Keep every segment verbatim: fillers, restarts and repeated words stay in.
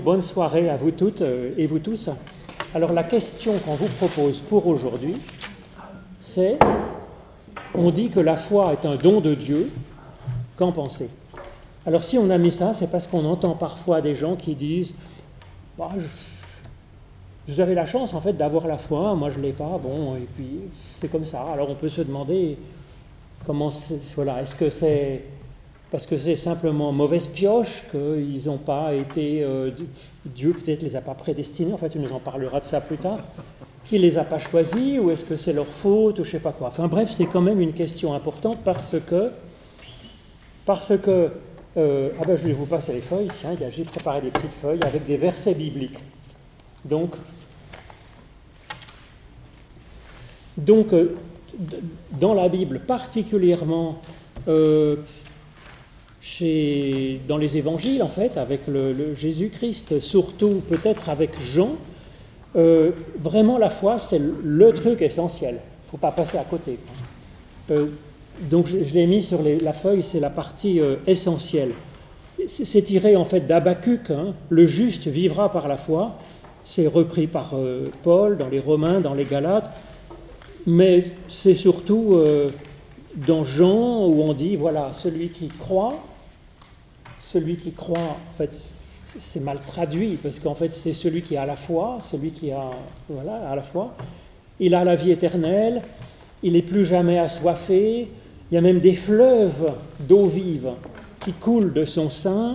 Bonne soirée à vous toutes et vous tous. Alors la question qu'on vous propose pour aujourd'hui, c'est, on dit que la foi est un don de Dieu, qu'en pensez? Alors si on a mis ça, c'est parce qu'on entend parfois des gens qui disent bah, je, vous avez la chance en fait d'avoir la foi, moi je ne l'ai pas, bon, et puis c'est comme ça. Alors on peut se demander, comment c'est, voilà, est-ce que c'est parce que c'est simplement mauvaise pioche, qu'ils n'ont pas été, euh, Dieu peut-être les a pas prédestinés, en fait il nous en parlera de ça plus tard, qu'il les a pas choisis, ou est-ce que c'est leur faute, ou je sais pas quoi. Enfin bref, c'est quand même une question importante parce que, parce que, euh, ah ben je vais vous passer les feuilles, tiens, j'ai préparé des petites feuilles avec des versets bibliques. Donc, donc euh, dans la Bible particulièrement, euh, Chez, dans les évangiles, en fait, avec le, le Jésus-Christ, surtout peut-être avec Jean, euh, vraiment la foi, c'est le, le truc essentiel. Il ne faut pas passer à côté. Euh, donc je, je l'ai mis sur les, la feuille, c'est la partie euh, essentielle. C'est, c'est tiré en fait d'Habacuc, hein, le juste vivra par la foi. C'est repris par euh, Paul dans les Romains, dans les Galates, mais c'est surtout euh, dans Jean où on dit, voilà, celui qui croit, Celui qui croit, en fait, c'est mal traduit, parce qu'en fait, c'est celui qui a la foi, celui qui a, voilà, a la foi. Il a la vie éternelle, il n'est plus jamais assoiffé, il y a même des fleuves d'eau vive qui coulent de son sein,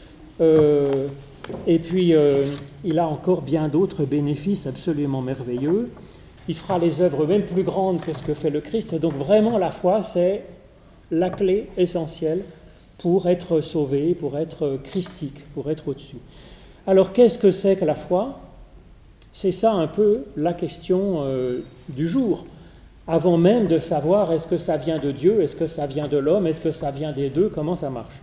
euh, et puis euh, il a encore bien d'autres bénéfices absolument merveilleux. Il fera les œuvres même plus grandes que ce que fait le Christ, donc vraiment la foi, c'est la clé essentielle pour être sauvé, pour être christique, pour être au-dessus. Alors, qu'est-ce que c'est que la foi? C'est ça un peu la question euh, du jour. Avant même de savoir est-ce que ça vient de Dieu, est-ce que ça vient de l'homme, est-ce que ça vient des deux, comment ça marche?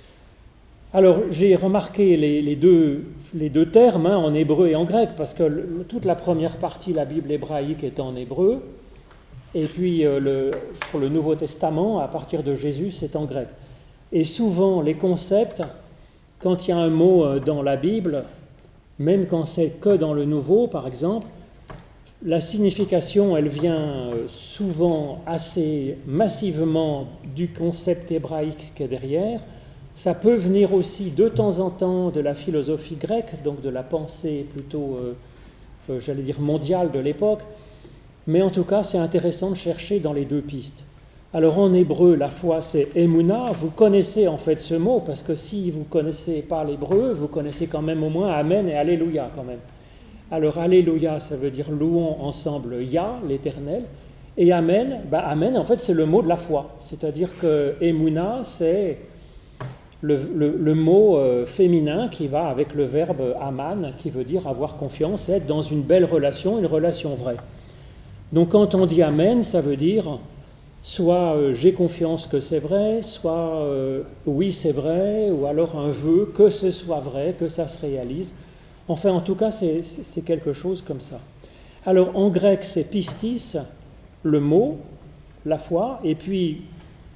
Alors, j'ai remarqué les, les, deux, les deux termes, hein, en hébreu et en grec, parce que le, toute la première partie, la Bible hébraïque, est en hébreu, et puis euh, le, pour le Nouveau Testament, à partir de Jésus, c'est en grec. Et souvent, les concepts, quand il y a un mot dans la Bible, même quand c'est que dans le Nouveau, par exemple, la signification, elle vient souvent assez massivement du concept hébraïque qui est derrière. Ça peut venir aussi de temps en temps de la philosophie grecque, donc de la pensée plutôt, euh, j'allais dire, mondiale de l'époque. Mais en tout cas, c'est intéressant de chercher dans les deux pistes. Alors en hébreu, la foi c'est Emouna, vous connaissez en fait ce mot, parce que si vous ne connaissez pas l'hébreu, vous connaissez quand même au moins Amen et Alléluia quand même. Alors Alléluia, ça veut dire louons ensemble Yah, l'Éternel, et Amen, bah, Amen en fait c'est le mot de la foi, c'est-à-dire que Emouna c'est le, le, le mot euh, féminin qui va avec le verbe Aman, qui veut dire avoir confiance, être dans une belle relation, une relation vraie. Donc quand on dit Amen, ça veut dire soit euh, j'ai confiance que c'est vrai, soit euh, oui c'est vrai, ou alors un vœu que ce soit vrai, que ça se réalise. Enfin, en tout cas, c'est, c'est, c'est quelque chose comme ça. Alors, en grec, c'est pistis, le mot, la foi, et puis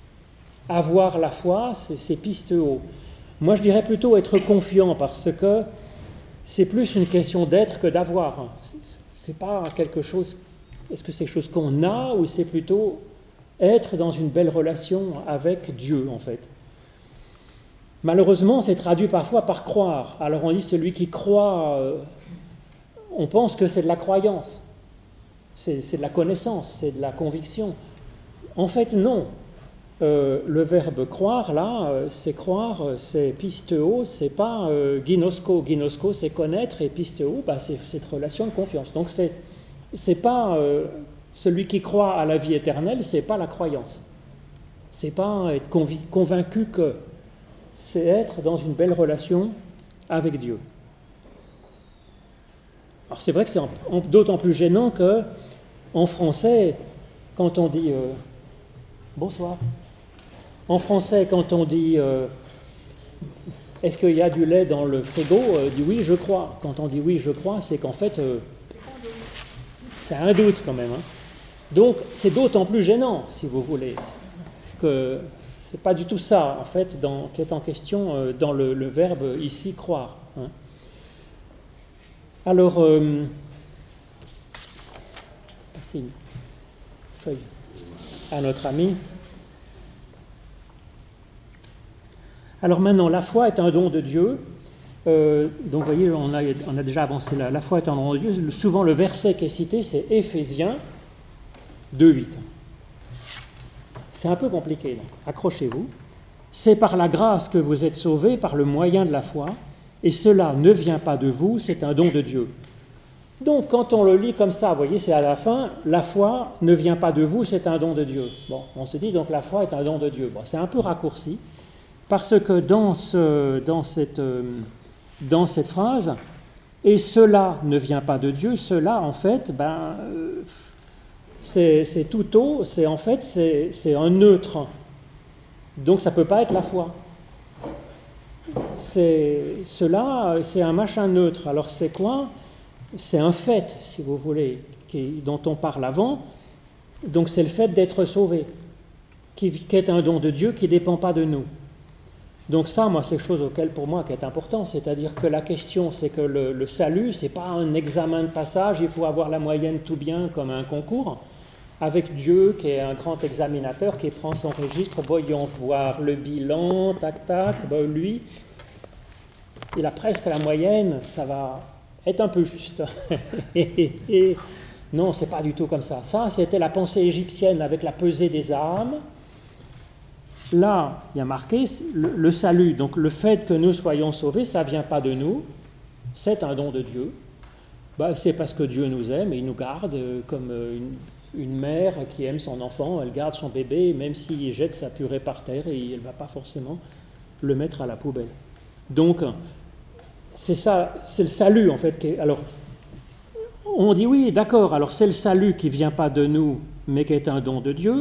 avoir la foi, c'est, c'est pisteo. Moi, je dirais plutôt être confiant, parce que c'est plus une question d'être que d'avoir. C'est, c'est pas quelque chose, est-ce que c'est quelque chose qu'on a, ou c'est plutôt être dans une belle relation avec Dieu, en fait. Malheureusement, c'est traduit parfois par croire. Alors on dit celui qui croit, euh, on pense que c'est de la croyance, c'est, c'est de la connaissance, c'est de la conviction. En fait, non. Euh, le verbe croire, là, euh, c'est croire, c'est pisteo, c'est pas euh, ginosko. Ginosko, c'est connaître, et pisteo, bah, c'est cette relation de confiance. Donc c'est, c'est pas... Euh, Celui qui croit à la vie éternelle, ce n'est pas la croyance. Ce n'est pas être convi- convaincu que, c'est être dans une belle relation avec Dieu. Alors c'est vrai que c'est en, en, d'autant plus gênant qu'en français, quand on dit euh, bonsoir, en français, quand on dit euh, est-ce qu'il y a du lait dans le frigo, euh, dit oui, je crois. Quand on dit oui, je crois, c'est qu'en fait, euh, c'est un doute quand même. Hein. Donc, c'est d'autant plus gênant, si vous voulez, que ce n'est pas du tout ça, en fait, dans, qui est en question euh, dans le, le verbe ici, croire. Hein. Alors, euh, passer une feuille à notre ami. Alors maintenant, la foi est un don de Dieu. Euh, donc vous voyez, on a, on a déjà avancé là. La foi est un don de Dieu. Souvent, le verset qui est cité, c'est Éphésiens deux huit. C'est un peu compliqué, donc accrochez-vous. C'est par la grâce que vous êtes sauvés par le moyen de la foi, et cela ne vient pas de vous, c'est un don de Dieu. Donc quand on le lit comme ça, vous voyez, c'est à la fin, la foi ne vient pas de vous, c'est un don de Dieu. Bon, on se dit donc la foi est un don de Dieu. Bon, c'est un peu raccourci, parce que dans, ce, dans, cette, dans cette phrase, et cela ne vient pas de Dieu, cela en fait, ben, euh, c'est, c'est tout haut, c'est en fait, c'est, c'est un neutre. Donc ça ne peut pas être la foi. C'est, cela, c'est un machin neutre. Alors c'est quoi ? C'est un fait, si vous voulez, qui, dont on parle avant. Donc c'est le fait d'être sauvé, qui, qui est un don de Dieu qui ne dépend pas de nous. Donc ça, moi, c'est quelque chose auquel, pour moi, qui est important. C'est-à-dire que la question, c'est que le, le salut, ce n'est pas un examen de passage, il faut avoir la moyenne tout bien comme un concours, avec Dieu qui est un grand examinateur, qui prend son registre, voyons voir le bilan, tac, tac, ben lui, il a presque la moyenne, ça va être un peu juste. et, et, non, c'est pas du tout comme ça. Ça, c'était la pensée égyptienne avec la pesée des âmes. Là, il y a marqué le, le salut, donc le fait que nous soyons sauvés, ça ne vient pas de nous, c'est un don de Dieu. Ben, c'est parce que Dieu nous aime et il nous garde comme une... Une mère qui aime son enfant, elle garde son bébé, même s'il jette sa purée par terre, et elle ne va pas forcément le mettre à la poubelle. Donc, c'est ça, c'est le salut en fait. Qui est, alors, on dit oui, d'accord, alors c'est le salut qui ne vient pas de nous, mais qui est un don de Dieu.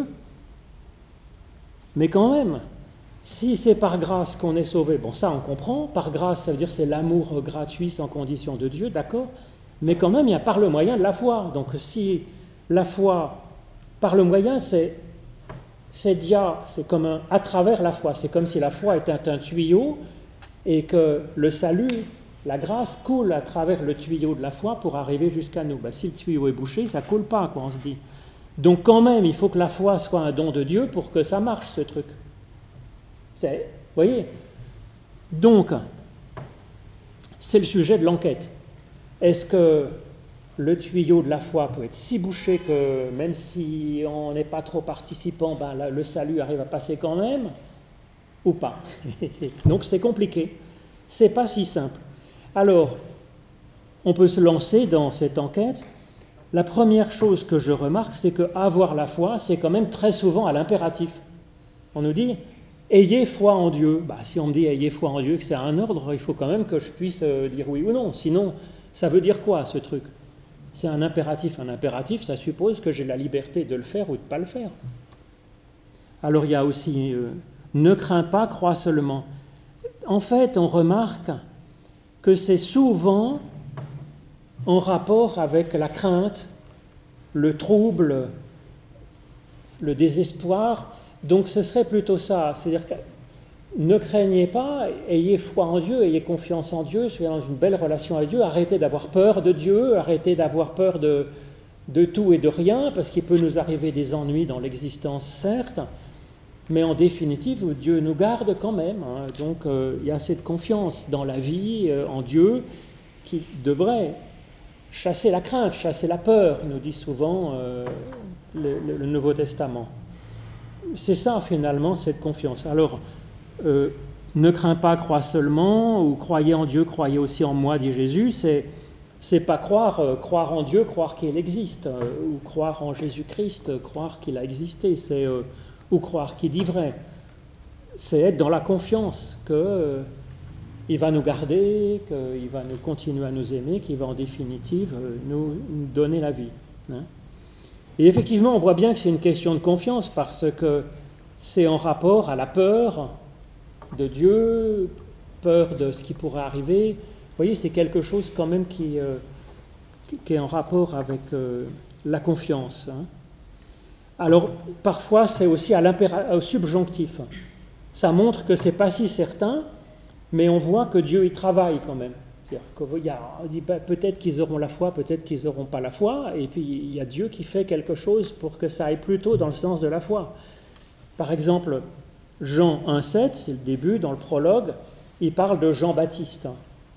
Mais quand même, si c'est par grâce qu'on est sauvé, bon ça on comprend, par grâce ça veut dire c'est l'amour gratuit sans condition de Dieu, d'accord, mais quand même il y a par le moyen de la foi. Donc si la foi, par le moyen, c'est, c'est dia, c'est comme un, à travers la foi. C'est comme si la foi était un tuyau et que le salut, la grâce, coule à travers le tuyau de la foi pour arriver jusqu'à nous. Ben, si le tuyau est bouché, ça ne coule pas, quoi, on se dit. Donc quand même, il faut que la foi soit un don de Dieu pour que ça marche, ce truc. Vous voyez ? Donc, c'est le sujet de l'enquête. Est-ce que le tuyau de la foi peut être si bouché que même si on n'est pas trop participant, ben là, le salut arrive à passer quand même, ou pas. Donc c'est compliqué, c'est pas si simple. Alors, on peut se lancer dans cette enquête. La première chose que je remarque, c'est qu'avoir la foi, c'est quand même très souvent à l'impératif. On nous dit « ayez foi en Dieu ». Bah, si on me dit « ayez foi en Dieu », que c'est un ordre, il faut quand même que je puisse dire oui ou non. Sinon, ça veut dire quoi ce truc ? C'est un impératif. Un impératif, ça suppose que j'ai la liberté de le faire ou de ne pas le faire. Alors il y a aussi euh, « ne crains pas, crois seulement ». En fait, on remarque que c'est souvent en rapport avec la crainte, le trouble, le désespoir. Donc ce serait plutôt ça. C'est-à-dire que ne craignez pas, ayez foi en Dieu, ayez confiance en Dieu, soyez dans une belle relation avec Dieu, arrêtez d'avoir peur de Dieu, arrêtez d'avoir peur de, de tout et de rien, parce qu'il peut nous arriver des ennuis dans l'existence, certes, mais en définitive, Dieu nous garde quand même. Hein. Donc euh, il y a cette confiance dans la vie, euh, en Dieu, qui devrait chasser la crainte, chasser la peur, nous dit souvent euh, le, le, le Nouveau Testament. C'est ça finalement, cette confiance. Alors, Euh, ne crains pas, crois seulement, ou croyez en Dieu, croyez aussi en moi, dit Jésus. C'est, c'est pas croire, euh, croire en Dieu, croire qu'il existe, euh, ou croire en Jésus-Christ, euh, croire qu'il a existé, c'est, euh, ou croire qu'il dit vrai. C'est être dans la confiance qu'il euh, va nous garder, qu'il va nous continuer à nous aimer, qu'il va en définitive euh, nous, nous donner la vie. Hein. Et effectivement, on voit bien que c'est une question de confiance, parce que c'est en rapport à la peur de Dieu, peur de ce qui pourrait arriver. Vous voyez, c'est quelque chose quand même qui, euh, qui est en rapport avec euh, la confiance. Hein. Alors, parfois, c'est aussi à au subjonctif. Ça montre que ce n'est pas si certain, mais on voit que Dieu y travaille quand même. C'est-à-dire qu'il y a, on dit ben, peut-être qu'ils auront la foi, peut-être qu'ils n'auront pas la foi, et puis il y a Dieu qui fait quelque chose pour que ça aille plutôt dans le sens de la foi. Par exemple, Jean un sept, c'est le début, dans le prologue, il parle de Jean-Baptiste.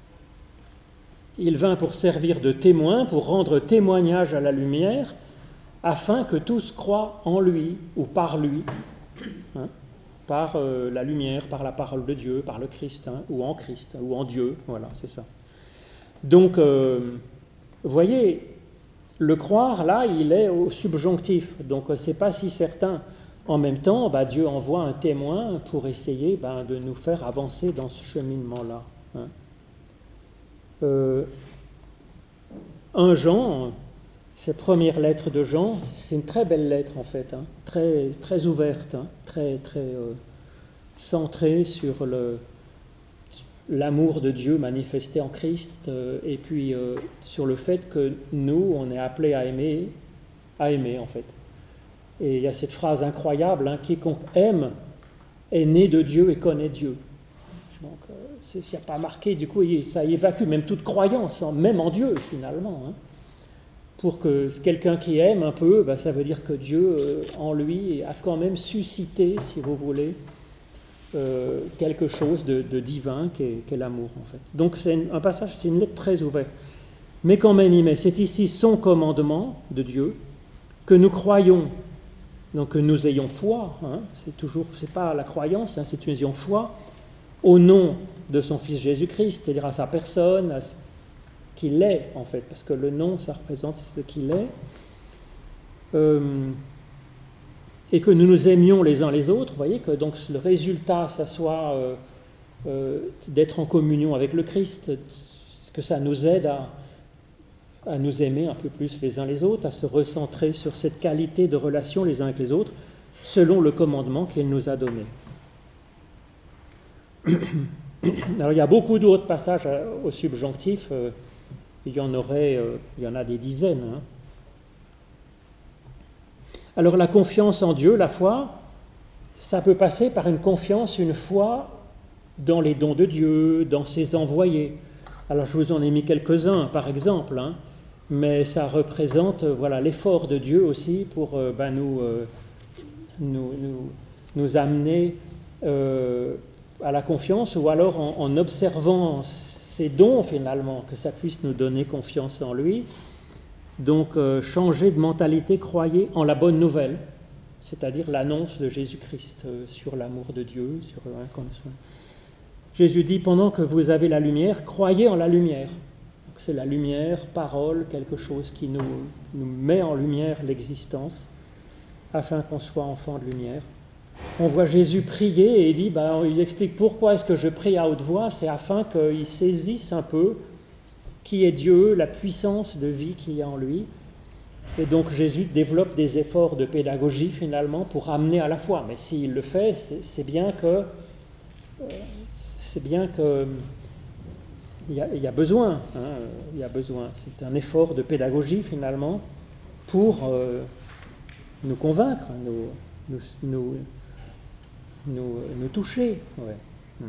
Il vint pour servir de témoin, pour rendre témoignage à la lumière, afin que tous croient en lui ou par lui, hein, par euh, la lumière, par la parole de Dieu, par le Christ, hein, ou en Christ, ou en Dieu, voilà, c'est ça. Donc, euh, vous voyez, le croire, là, il est au subjonctif, donc c'est pas si certain. En même temps, bah, Dieu envoie un témoin pour essayer bah, de nous faire avancer dans ce cheminement-là. Hein. Euh, un Jean, ces premières lettres de Jean, c'est une très belle lettre en fait, hein, très, très ouverte, hein, très, très euh, centrée sur le, l'amour de Dieu manifesté en Christ, euh, et puis euh, sur le fait que nous, on est appelés à aimer, à aimer en fait. Et il y a cette phrase incroyable, hein, quiconque aime est né de Dieu et connaît Dieu. Donc, il n'y a pas marqué, du coup, ça évacue même toute croyance, hein, même en Dieu, finalement. Hein. Pour que quelqu'un qui aime un peu, ben, ça veut dire que Dieu, euh, en lui, a quand même suscité, si vous voulez, euh, quelque chose de, de divin qu'est, qu'est l'amour, en fait. Donc, c'est une, un passage, c'est une lettre très ouverte. Mais quand même, il met, c'est ici son commandement de Dieu, que nous croyons, donc que nous ayons foi, hein, c'est toujours, c'est pas la croyance, hein, c'est une ayons foi, au nom de son Fils Jésus-Christ, c'est-à-dire à sa personne, à ce qu'il est, en fait, parce que le nom, ça représente ce qu'il est, euh, et que nous nous aimions les uns les autres, vous voyez, que donc le résultat, ça soit euh, euh, d'être en communion avec le Christ, que ça nous aide à, à nous aimer un peu plus les uns les autres, à se recentrer sur cette qualité de relation les uns avec les autres, selon le commandement qu'il nous a donné. Alors il y a beaucoup d'autres passages au subjonctif, euh, il y en aurait, euh, il y en a des dizaines. Hein. Alors la confiance en Dieu, la foi, ça peut passer par une confiance, une foi dans les dons de Dieu, dans ses envoyés. Alors je vous en ai mis quelques-uns par exemple, hein, mais ça représente euh, voilà, l'effort de Dieu aussi pour euh, ben, nous, euh, nous, nous, nous amener euh, à la confiance, ou alors en, en observant ses dons finalement, que ça puisse nous donner confiance en lui. Donc euh, changer de mentalité, croyez en la bonne nouvelle, c'est-à-dire l'annonce de Jésus-Christ euh, sur l'amour de Dieu. Sur, hein, comme ça. Jésus dit, pendant que vous avez la lumière, croyez en la lumière. Donc, c'est la lumière, parole, quelque chose qui nous, nous met en lumière l'existence, afin qu'on soit enfant de lumière. On voit Jésus prier et il dit, ben, il explique pourquoi est-ce que je prie à haute voix, c'est afin qu'il saisisse un peu qui est Dieu, la puissance de vie qu'il y a en lui. Et donc Jésus développe des efforts de pédagogie finalement pour amener à la foi. Mais s'il le fait, c'est, c'est bien que c'est bien que il y a, il y a besoin, hein, il y a besoin. C'est un effort de pédagogie finalement pour euh, nous convaincre, nous nous, nous Nous, nous toucher. Ouais.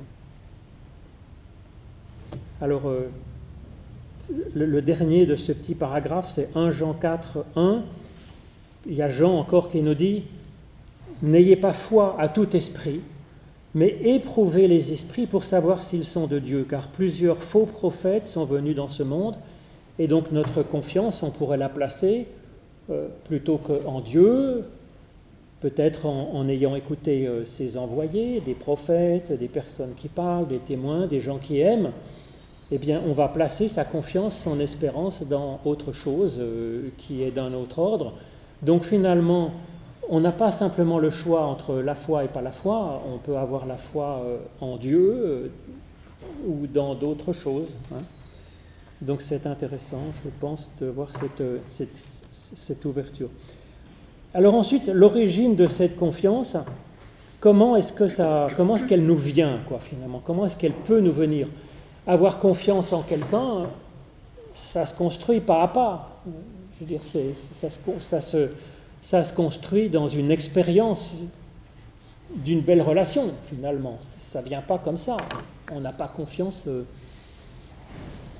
Alors, euh, le, le dernier de ce petit paragraphe, c'est premier Jean quatre, un. Il y a Jean encore qui nous dit « N'ayez pas foi à tout esprit, mais éprouvez les esprits pour savoir s'ils sont de Dieu, car plusieurs faux prophètes sont venus dans ce monde, et donc notre confiance, on pourrait la placer euh, plutôt qu'en Dieu, peut-être en, en ayant écouté euh, ses envoyés, des prophètes, des personnes qui parlent, des témoins, des gens qui aiment, eh bien, on va placer sa confiance, son espérance dans autre chose euh, qui est d'un autre ordre. Donc finalement, on n'a pas simplement le choix entre la foi et pas la foi, on peut avoir la foi euh, en Dieu euh, ou dans d'autres choses. Hein. Donc c'est intéressant, je pense, de voir cette, cette, cette ouverture. Alors ensuite, l'origine de cette confiance, comment est-ce que ça, comment est-ce qu'elle nous vient, quoi, finalement? Comment est-ce qu'elle peut nous venir? Avoir confiance en quelqu'un, ça se construit pas à pas. Je veux dire, c'est, ça, se, ça, se, ça se construit dans une expérience d'une belle relation, finalement. Ça ne vient pas comme ça. On n'a pas confiance, euh,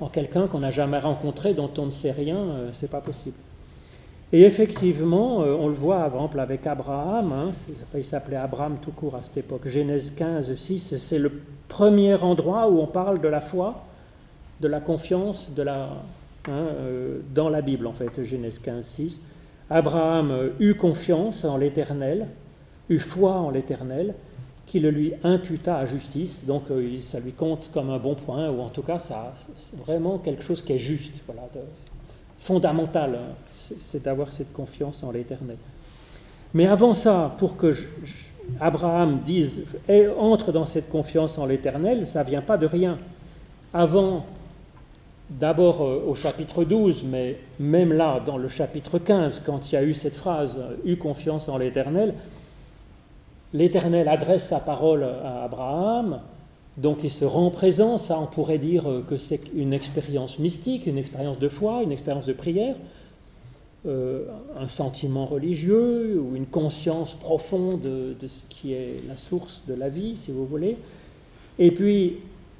en quelqu'un qu'on n'a jamais rencontré, dont on ne sait rien, euh, c'est pas possible. Et effectivement, euh, on le voit par exemple avec Abraham, hein, enfin, il s'appelait Abraham tout court à cette époque, Genèse quinze, six, c'est le premier endroit où on parle de la foi, de la confiance, de la, hein, euh, dans la Bible en fait, Genèse quinze, six. Abraham euh, eut confiance en l'Éternel, eut foi en l'Éternel, qui le lui imputa à justice, donc euh, ça lui compte comme un bon point, ou en tout cas ça, c'est vraiment quelque chose qui est juste, voilà, de, fondamental, hein, c'est, c'est d'avoir cette confiance en l'Éternel. Mais avant ça, pour que je, je, Abraham dise et entre dans cette confiance en l'Éternel, ça ne vient pas de rien. Avant, d'abord euh, au chapitre douze, mais même là, dans le chapitre quinze, quand il y a eu cette phrase « eut confiance en l'Éternel », l'Éternel adresse sa parole à Abraham, donc il se rend présent, ça on pourrait dire que c'est une expérience mystique, une expérience de foi, une expérience de prière, euh, un sentiment religieux ou une conscience profonde de, de ce qui est la source de la vie, si vous voulez. Et puis,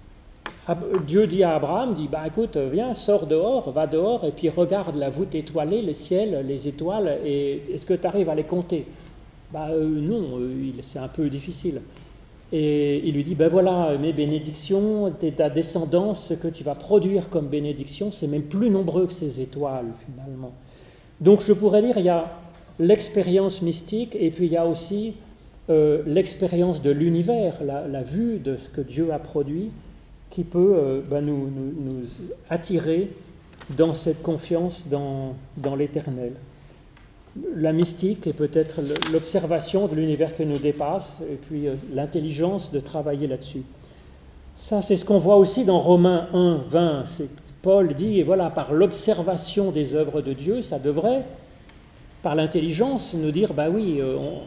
Dieu dit à Abraham, dit, bah écoute, viens, sors dehors, va dehors, et puis regarde la voûte étoilée, le ciel, les étoiles, et est-ce que tu arrives à les compter ? Bah euh, non, euh, c'est un peu difficile. Et il lui dit, ben voilà, mes bénédictions, ta descendance, ce que tu vas produire comme bénédiction, c'est même plus nombreux que ces étoiles, finalement. Donc je pourrais dire, il y a l'expérience mystique, et puis il y a aussi euh, l'expérience de l'univers, la, la vue de ce que Dieu a produit, qui peut euh, ben, nous, nous, nous attirer dans cette confiance dans, dans l'Éternel. La mystique est peut-être l'observation de l'univers qui nous dépasse et puis l'intelligence de travailler là-dessus. Ça, c'est ce qu'on voit aussi dans Romains un, vingt. C'est, Paul dit, et voilà, par l'observation des œuvres de Dieu, ça devrait, par l'intelligence, nous dire, bah oui, on,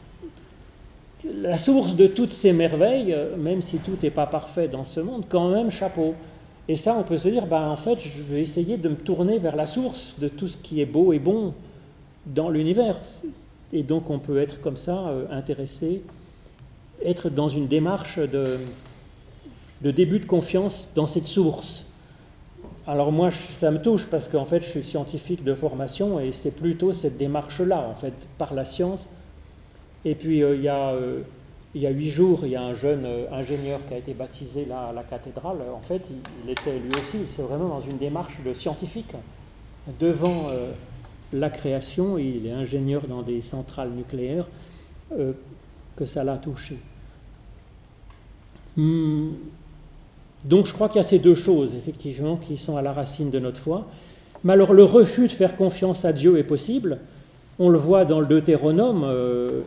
la source de toutes ces merveilles, même si tout n'est pas parfait dans ce monde, quand même, chapeau. Et ça, on peut se dire, bah en fait, je vais essayer de me tourner vers la source de tout ce qui est beau et bon dans l'univers. Et donc on peut être comme ça, euh, intéressé, être dans une démarche de, de début de confiance dans cette source. Alors moi, ça me touche parce qu'en fait, je suis scientifique de formation et c'est plutôt cette démarche-là, en fait, par la science. Et puis euh, il y a, euh, il y a huit jours, il y a un jeune euh, ingénieur qui a été baptisé là à la cathédrale. En fait, il, il était lui aussi, c'est vraiment dans une démarche de scientifique, devant euh, la création, il est ingénieur dans des centrales nucléaires, euh, que ça l'a touché. Hum. Donc je crois qu'il y a ces deux choses, effectivement, qui sont à la racine de notre foi. Mais alors le refus de faire confiance à Dieu est possible. On le voit dans le Deutéronome, euh,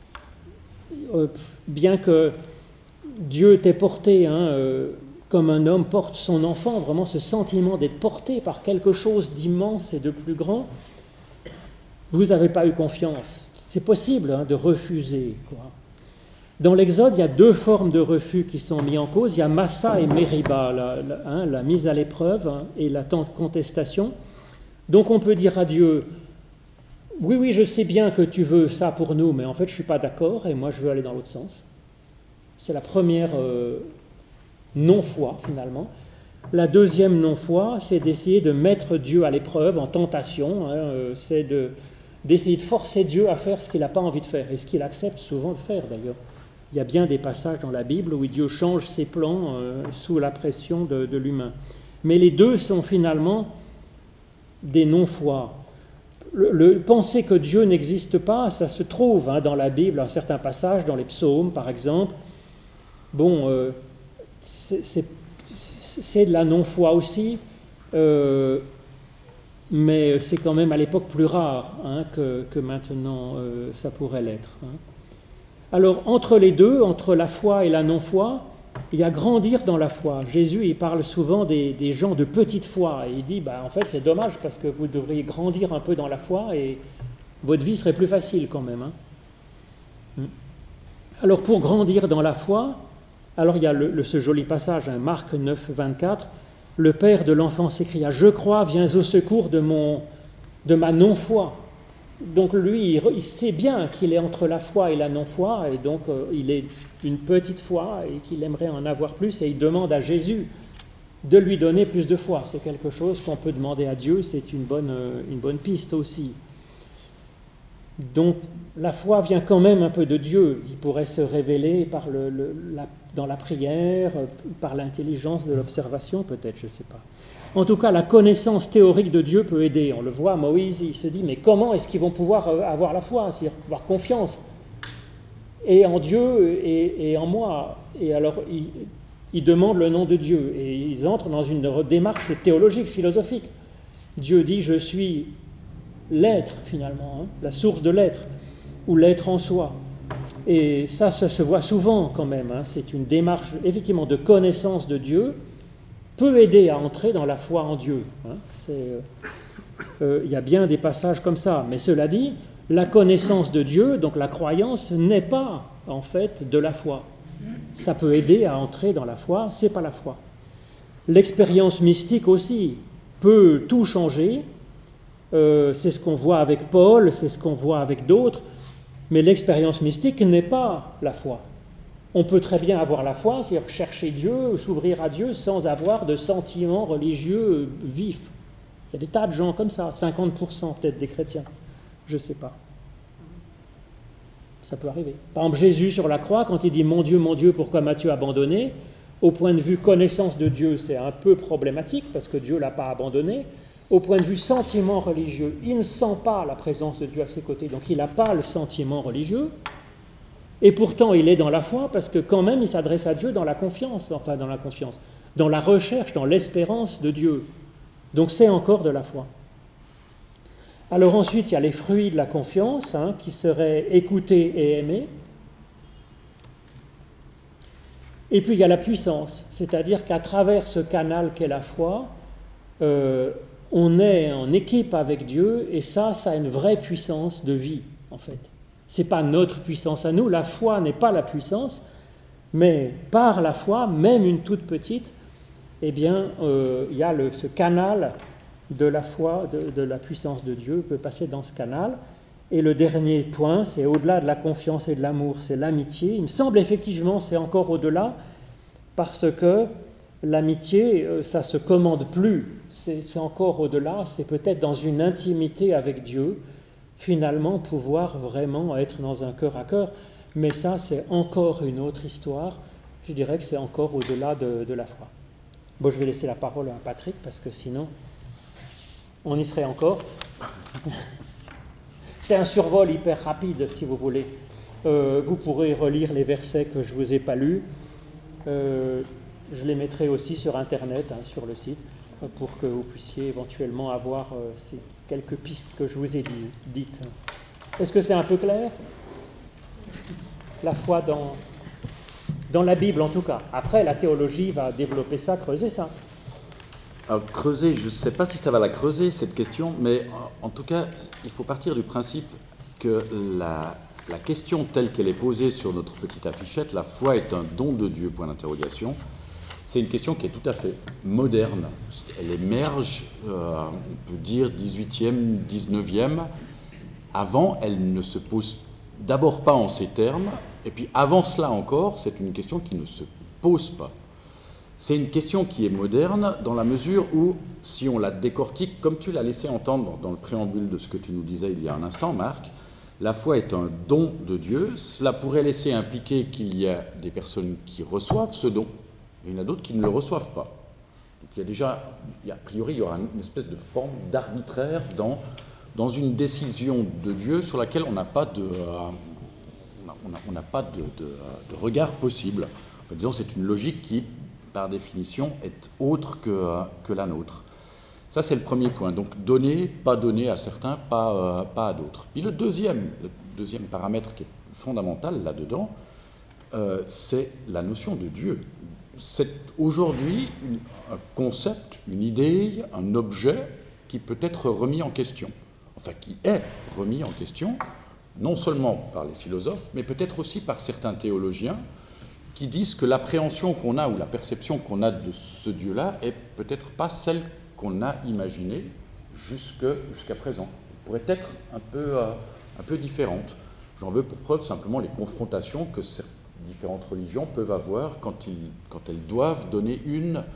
euh, bien que Dieu t'ait porté, hein, euh, comme un homme porte son enfant, vraiment ce sentiment d'être porté par quelque chose d'immense et de plus grand, vous n'avez pas eu confiance. C'est possible hein, de refuser, quoi. Dans l'Exode, il y a deux formes de refus qui sont mis en cause. Il y a Massa et Mériba, la, la, hein, la mise à l'épreuve hein, et la contestation. Donc on peut dire à Dieu, oui, oui, je sais bien que tu veux ça pour nous, mais en fait je ne suis pas d'accord et moi je veux aller dans l'autre sens. C'est la première euh, non-foi finalement. La deuxième non-foi, c'est d'essayer de mettre Dieu à l'épreuve en tentation, hein, euh, c'est de... d'essayer de forcer Dieu à faire ce qu'il n'a pas envie de faire, et ce qu'il accepte souvent de faire d'ailleurs. Il y a bien des passages dans la Bible où Dieu change ses plans euh, sous la pression de, de l'humain. Mais les deux sont finalement des non-foi. Le, le, penser que Dieu n'existe pas, ça se trouve hein, dans la Bible, un certain passage, dans les psaumes par exemple. Bon, euh, c'est, c'est, c'est de la non-foi aussi, euh, mais c'est quand même à l'époque plus rare hein, que, que maintenant euh, ça pourrait l'être. Hein. Alors entre les deux, entre la foi et la non-foi, il y a grandir dans la foi. Jésus il parle souvent des, des gens de petite foi et il dit bah, en fait c'est dommage parce que vous devriez grandir un peu dans la foi et votre vie serait plus facile quand même. Hein. Alors pour grandir dans la foi, alors il y a le, le, ce joli passage, hein, Marc neuf, vingt-quatre. Le père de l'enfant s'écria « Je crois, viens au secours de, mon, de ma non-foi ». Donc lui, il, il sait bien qu'il est entre la foi et la non-foi, et donc euh, il est d'une petite foi et qu'il aimerait en avoir plus, et il demande à Jésus de lui donner plus de foi. C'est quelque chose qu'on peut demander à Dieu, c'est une bonne, une bonne piste aussi. Donc la foi vient quand même un peu de Dieu. Il pourrait se révéler par le, le, la, dans la prière, par l'intelligence de l'observation peut-être, je ne sais pas. En tout cas, la connaissance théorique de Dieu peut aider. On le voit, Moïse, il se dit, mais comment est-ce qu'ils vont pouvoir avoir la foi, c'est-à-dire avoir confiance et en Dieu et, et en moi. Et alors, ils, ils demandent le nom de Dieu et ils entrent dans une démarche théologique, philosophique. Dieu dit, je suis l'être, finalement, hein, la source de l'être, ou l'être en soi. Et ça, ça se voit souvent quand même. Hein. C'est une démarche, effectivement, de connaissance de Dieu, peut aider à entrer dans la foi en Dieu. Hein. C'est, euh, euh, il y a bien des passages comme ça. Mais cela dit, la connaissance de Dieu, donc la croyance, n'est pas, en fait, de la foi. Ça peut aider à entrer dans la foi, c'est pas la foi. L'expérience mystique aussi peut tout changer. Euh, c'est ce qu'on voit avec Paul, c'est ce qu'on voit avec d'autres, mais l'expérience mystique n'est pas la foi. On peut très bien avoir la foi, c'est-à-dire chercher Dieu, s'ouvrir à Dieu sans avoir de sentiments religieux vifs. Il y a des tas de gens comme ça, cinquante pour cent peut-être des chrétiens, je ne sais pas. Ça peut arriver. Par exemple, Jésus sur la croix, quand il dit « Mon Dieu, mon Dieu, pourquoi m'as-tu abandonné ?» Au point de vue connaissance de Dieu, c'est un peu problématique parce que Dieu ne l'a pas abandonné. Au point de vue sentiment religieux, il ne sent pas la présence de Dieu à ses côtés, donc il n'a pas le sentiment religieux. Et pourtant, il est dans la foi parce que quand même, il s'adresse à Dieu dans la confiance, enfin dans la confiance, dans la recherche, dans l'espérance de Dieu. Donc c'est encore de la foi. Alors ensuite, il y a les fruits de la confiance, hein, qui seraient écouter et aimer. Et puis il y a la puissance, c'est-à-dire qu'à travers ce canal qu'est la foi, euh, on est en équipe avec Dieu, et ça, ça a une vraie puissance de vie, en fait. Ce n'est pas notre puissance à nous, la foi n'est pas la puissance, mais par la foi, même une toute petite, eh bien, euh, il y a le, ce canal de la foi, de, de la puissance de Dieu, peut passer dans ce canal. Et le dernier point, c'est au-delà de la confiance et de l'amour, c'est l'amitié. Il me semble effectivement, c'est encore au-delà, parce que l'amitié, ça ne se commande plus, c'est, c'est encore au-delà, c'est peut-être dans une intimité avec Dieu, finalement pouvoir vraiment être dans un cœur à cœur, mais ça c'est encore une autre histoire, je dirais que c'est encore au-delà de, de la foi. Bon, je vais laisser la parole à Patrick, parce que sinon, on y serait encore. C'est un survol hyper rapide, si vous voulez. Euh, vous pourrez relire les versets que je ne vous ai pas lus. Euh, je les mettrai aussi sur Internet, hein, sur le site, pour que vous puissiez éventuellement avoir euh, ces quelques pistes que je vous ai dis, dites. Est-ce que c'est un peu clair ? La foi dans, dans la Bible, en tout cas. Après, la théologie va développer ça, creuser ça. Alors, creuser, je ne sais pas si ça va la creuser, cette question, mais en tout cas, il faut partir du principe que la, la question telle qu'elle est posée sur notre petite affichette, la foi est un don de Dieu, point d'interrogation, c'est une question qui est tout à fait moderne. Elle émerge, euh, on peut dire, dix-huitième, dix-neuvième. Avant, elle ne se pose d'abord pas en ces termes, et puis avant cela encore, c'est une question qui ne se pose pas. C'est une question qui est moderne dans la mesure où, si on la décortique, comme tu l'as laissé entendre dans le préambule de ce que tu nous disais il y a un instant, Marc, la foi est un don de Dieu. Cela pourrait laisser impliquer qu'il y a des personnes qui reçoivent ce don, et il y en a d'autres qui ne le reçoivent pas. Donc il y a déjà, a priori, il y aura une espèce de forme d'arbitraire dans, dans une décision de Dieu sur laquelle on n'a pas de, euh, on n'a, on n'a pas de, de, de regard possible. En fait, disons, c'est une logique qui, par définition, est autre que, que la nôtre. Ça, c'est le premier point. Donc, donner, pas donner à certains, pas, euh, pas à d'autres. Puis le deuxième, le deuxième paramètre qui est fondamental là-dedans, euh, c'est la notion de Dieu. C'est aujourd'hui une, un concept, une idée, un objet qui peut être remis en question. Enfin, qui est remis en question, non seulement par les philosophes, mais peut-être aussi par certains théologiens, qui disent que l'appréhension qu'on a ou la perception qu'on a de ce Dieu-là est peut-être pas celle qu'on a imaginée jusque, jusqu'à présent. Elle pourrait être un peu, euh, un peu différente. J'en veux pour preuve simplement les confrontations que ces différentes religions peuvent avoir quand, ils, quand elles doivent donner une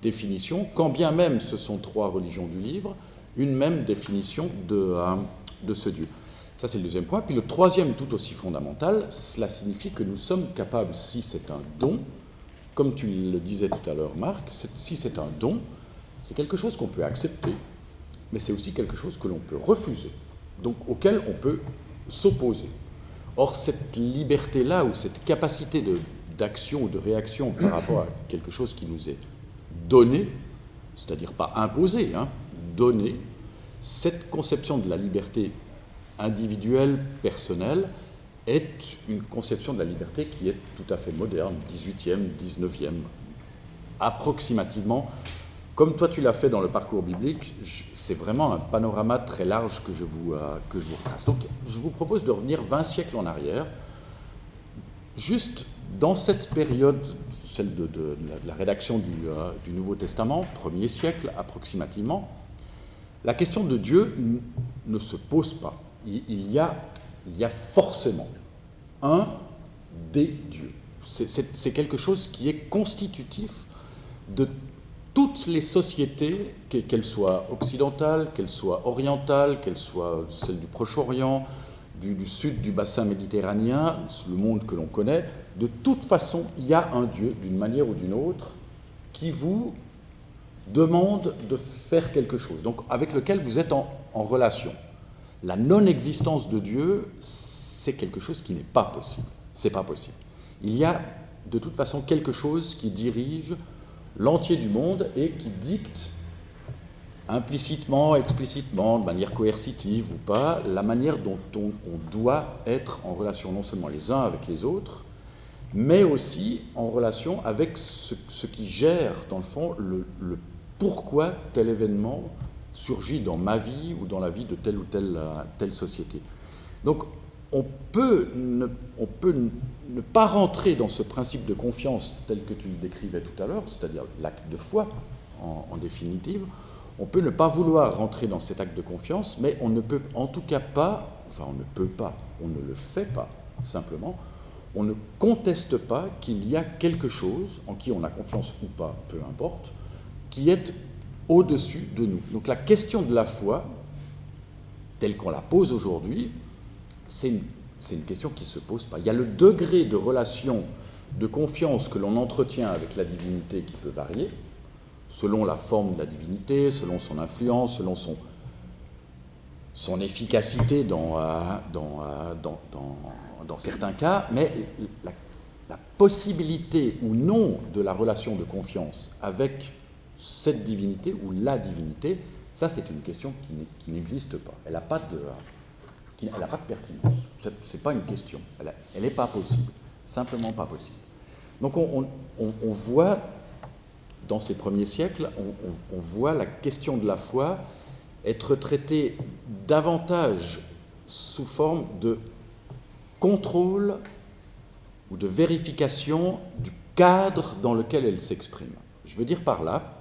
définition, quand bien même ce sont trois religions du livre, une même définition de, euh, de ce Dieu. Ça, c'est le deuxième point. Puis le troisième, tout aussi fondamental, cela signifie que nous sommes capables, si c'est un don, comme tu le disais tout à l'heure, Marc, si c'est un don, c'est quelque chose qu'on peut accepter, mais c'est aussi quelque chose que l'on peut refuser, donc auquel on peut s'opposer. Or, cette liberté-là, ou cette capacité de, d'action ou de réaction par rapport à quelque chose qui nous est donné, c'est-à-dire pas imposé, hein, donné, cette conception de la liberté individuelle, personnelle, est une conception de la liberté qui est tout à fait moderne, dix-huitième, dix-neuvième, approximativement. Comme toi tu l'as fait dans le parcours biblique, c'est vraiment un panorama très large que je vous, euh, que je vous retrace. Donc je vous propose de revenir vingt siècles en arrière, juste dans cette période, celle de, de, de, la, de la rédaction du, euh, du Nouveau Testament, premier siècle approximativement, la question de Dieu n- ne se pose pas. Il, il, y a, il y a forcément un des dieux. C'est, c'est, c'est quelque chose qui est constitutif de toutes les sociétés, qu'elles soient occidentales, qu'elles soient orientales, qu'elles soient celles du Proche-Orient, du, du sud du bassin méditerranéen, le monde que l'on connaît, de toute façon, il y a un Dieu, d'une manière ou d'une autre, qui vous demande de faire quelque chose, donc avec lequel vous êtes en, en relation. La non-existence de Dieu, c'est quelque chose qui n'est pas possible. C'est pas possible. Il y a de toute façon quelque chose qui dirige l'entier du monde et qui dicte implicitement, explicitement, de manière coercitive ou pas, la manière dont on, on doit être en relation non seulement les uns avec les autres, mais aussi en relation avec ce, ce qui gère, dans le fond, le, le pourquoi tel événement surgit dans ma vie ou dans la vie de telle ou telle, telle société. Donc, on peut, ne, on peut ne pas rentrer dans ce principe de confiance tel que tu le décrivais tout à l'heure, c'est-à-dire l'acte de foi, en, en définitive. On peut ne pas vouloir rentrer dans cet acte de confiance, mais on ne peut en tout cas pas, enfin on ne peut pas, on ne le fait pas, simplement, on ne conteste pas qu'il y a quelque chose, en qui on a confiance ou pas, peu importe, qui est au-dessus de nous. Donc la question de la foi, telle qu'on la pose aujourd'hui, c'est une, c'est une question qui ne se pose pas. Il y a le degré de relation, de confiance que l'on entretient avec la divinité qui peut varier, selon la forme de la divinité, selon son influence, selon son, son efficacité dans, dans, dans, dans, dans certains cas, mais la, la possibilité ou non de la relation de confiance avec cette divinité ou la divinité, ça c'est une question qui, qui n'existe pas. Elle n'a pas de... Elle n'a pas de pertinence. Ce n'est pas une question. Elle n'est pas possible. Simplement pas possible. Donc on, on, on voit, dans ces premiers siècles, on, on, on voit la question de la foi être traitée davantage sous forme de contrôle ou de vérification du cadre dans lequel elle s'exprime. Je veux dire par là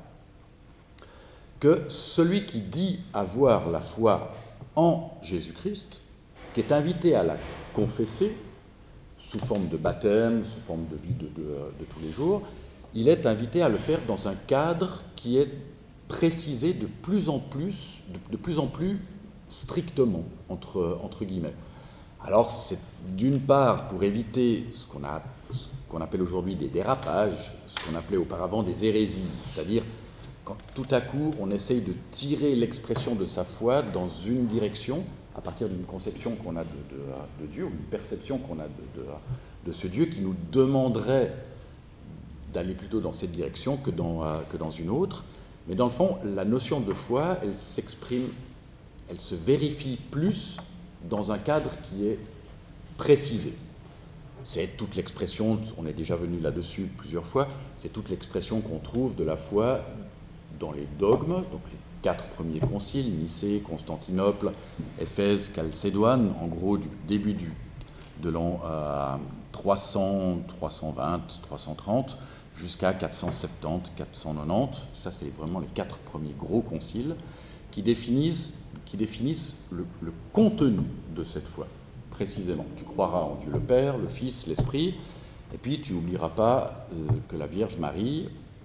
que celui qui dit avoir la foi en Jésus-Christ, qui est invité à la confesser sous forme de baptême, sous forme de vie de, de, de tous les jours, il est invité à le faire dans un cadre qui est précisé de plus en plus, de, de plus en plus strictement, entre, entre guillemets. Alors, c'est d'une part pour éviter ce qu'on, a, ce qu'on appelle aujourd'hui des dérapages, ce qu'on appelait auparavant des hérésies, c'est-à-dire quand tout à coup on essaye de tirer l'expression de sa foi dans une direction, à partir d'une conception qu'on a de, de, de Dieu, ou une perception qu'on a de, de, de ce Dieu qui nous demanderait d'aller plutôt dans cette direction que dans, euh, que dans une autre. Mais dans le fond, la notion de foi, elle s'exprime, elle se vérifie plus dans un cadre qui est précisé. C'est toute l'expression, on est déjà venu là-dessus plusieurs fois, c'est toute l'expression qu'on trouve de la foi dans les dogmes, donc les quatre premiers conciles, Nicée, Constantinople, Éphèse, Chalcédoine, en gros du début du, de l'an euh, trois cents, trois cent vingt, trois cent trente, jusqu'à quatre cent soixante-dix, quatre cent quatre-vingt-dix. Ça, c'est vraiment les quatre premiers gros conciles qui définissent, qui définissent le, le contenu de cette foi, précisément. Tu croiras en Dieu le Père, le Fils, l'Esprit, et puis tu n'oublieras pas euh, que la Vierge Marie,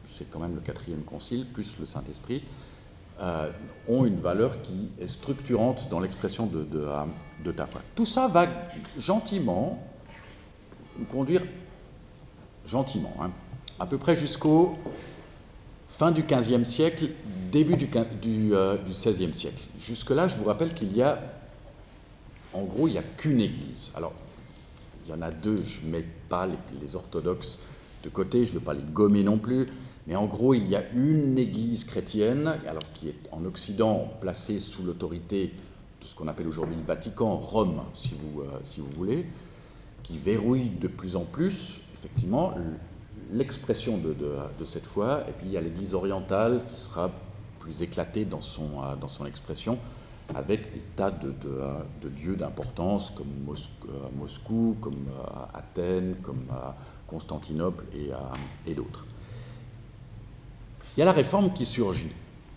c'est quand même le quatrième concile, plus le Saint-Esprit, euh, ont une valeur qui est structurante dans l'expression de, de, de ta foi. Tout ça va gentiment nous conduire, gentiment, hein, à peu près jusqu'au fin du quinzième siècle, début du, du, euh, du seizième siècle. Jusque-là, je vous rappelle qu'il y a, en gros, il n'y a qu'une église. Alors, il y en a deux, je ne mets pas les, les orthodoxes de côté, je ne veux pas les gommer non plus, mais en gros, il y a une église chrétienne, alors qui est en Occident placée sous l'autorité de ce qu'on appelle aujourd'hui le Vatican, Rome, si vous, euh, si vous voulez, qui verrouille de plus en plus, effectivement, l'expression de, de, de cette foi. Et puis il y a l'Église orientale qui sera plus éclatée dans son, dans son expression, avec des tas de, de, de lieux d'importance comme Moscou, Moscou comme Athènes, comme Constantinople et, et d'autres. Il y a la réforme qui surgit.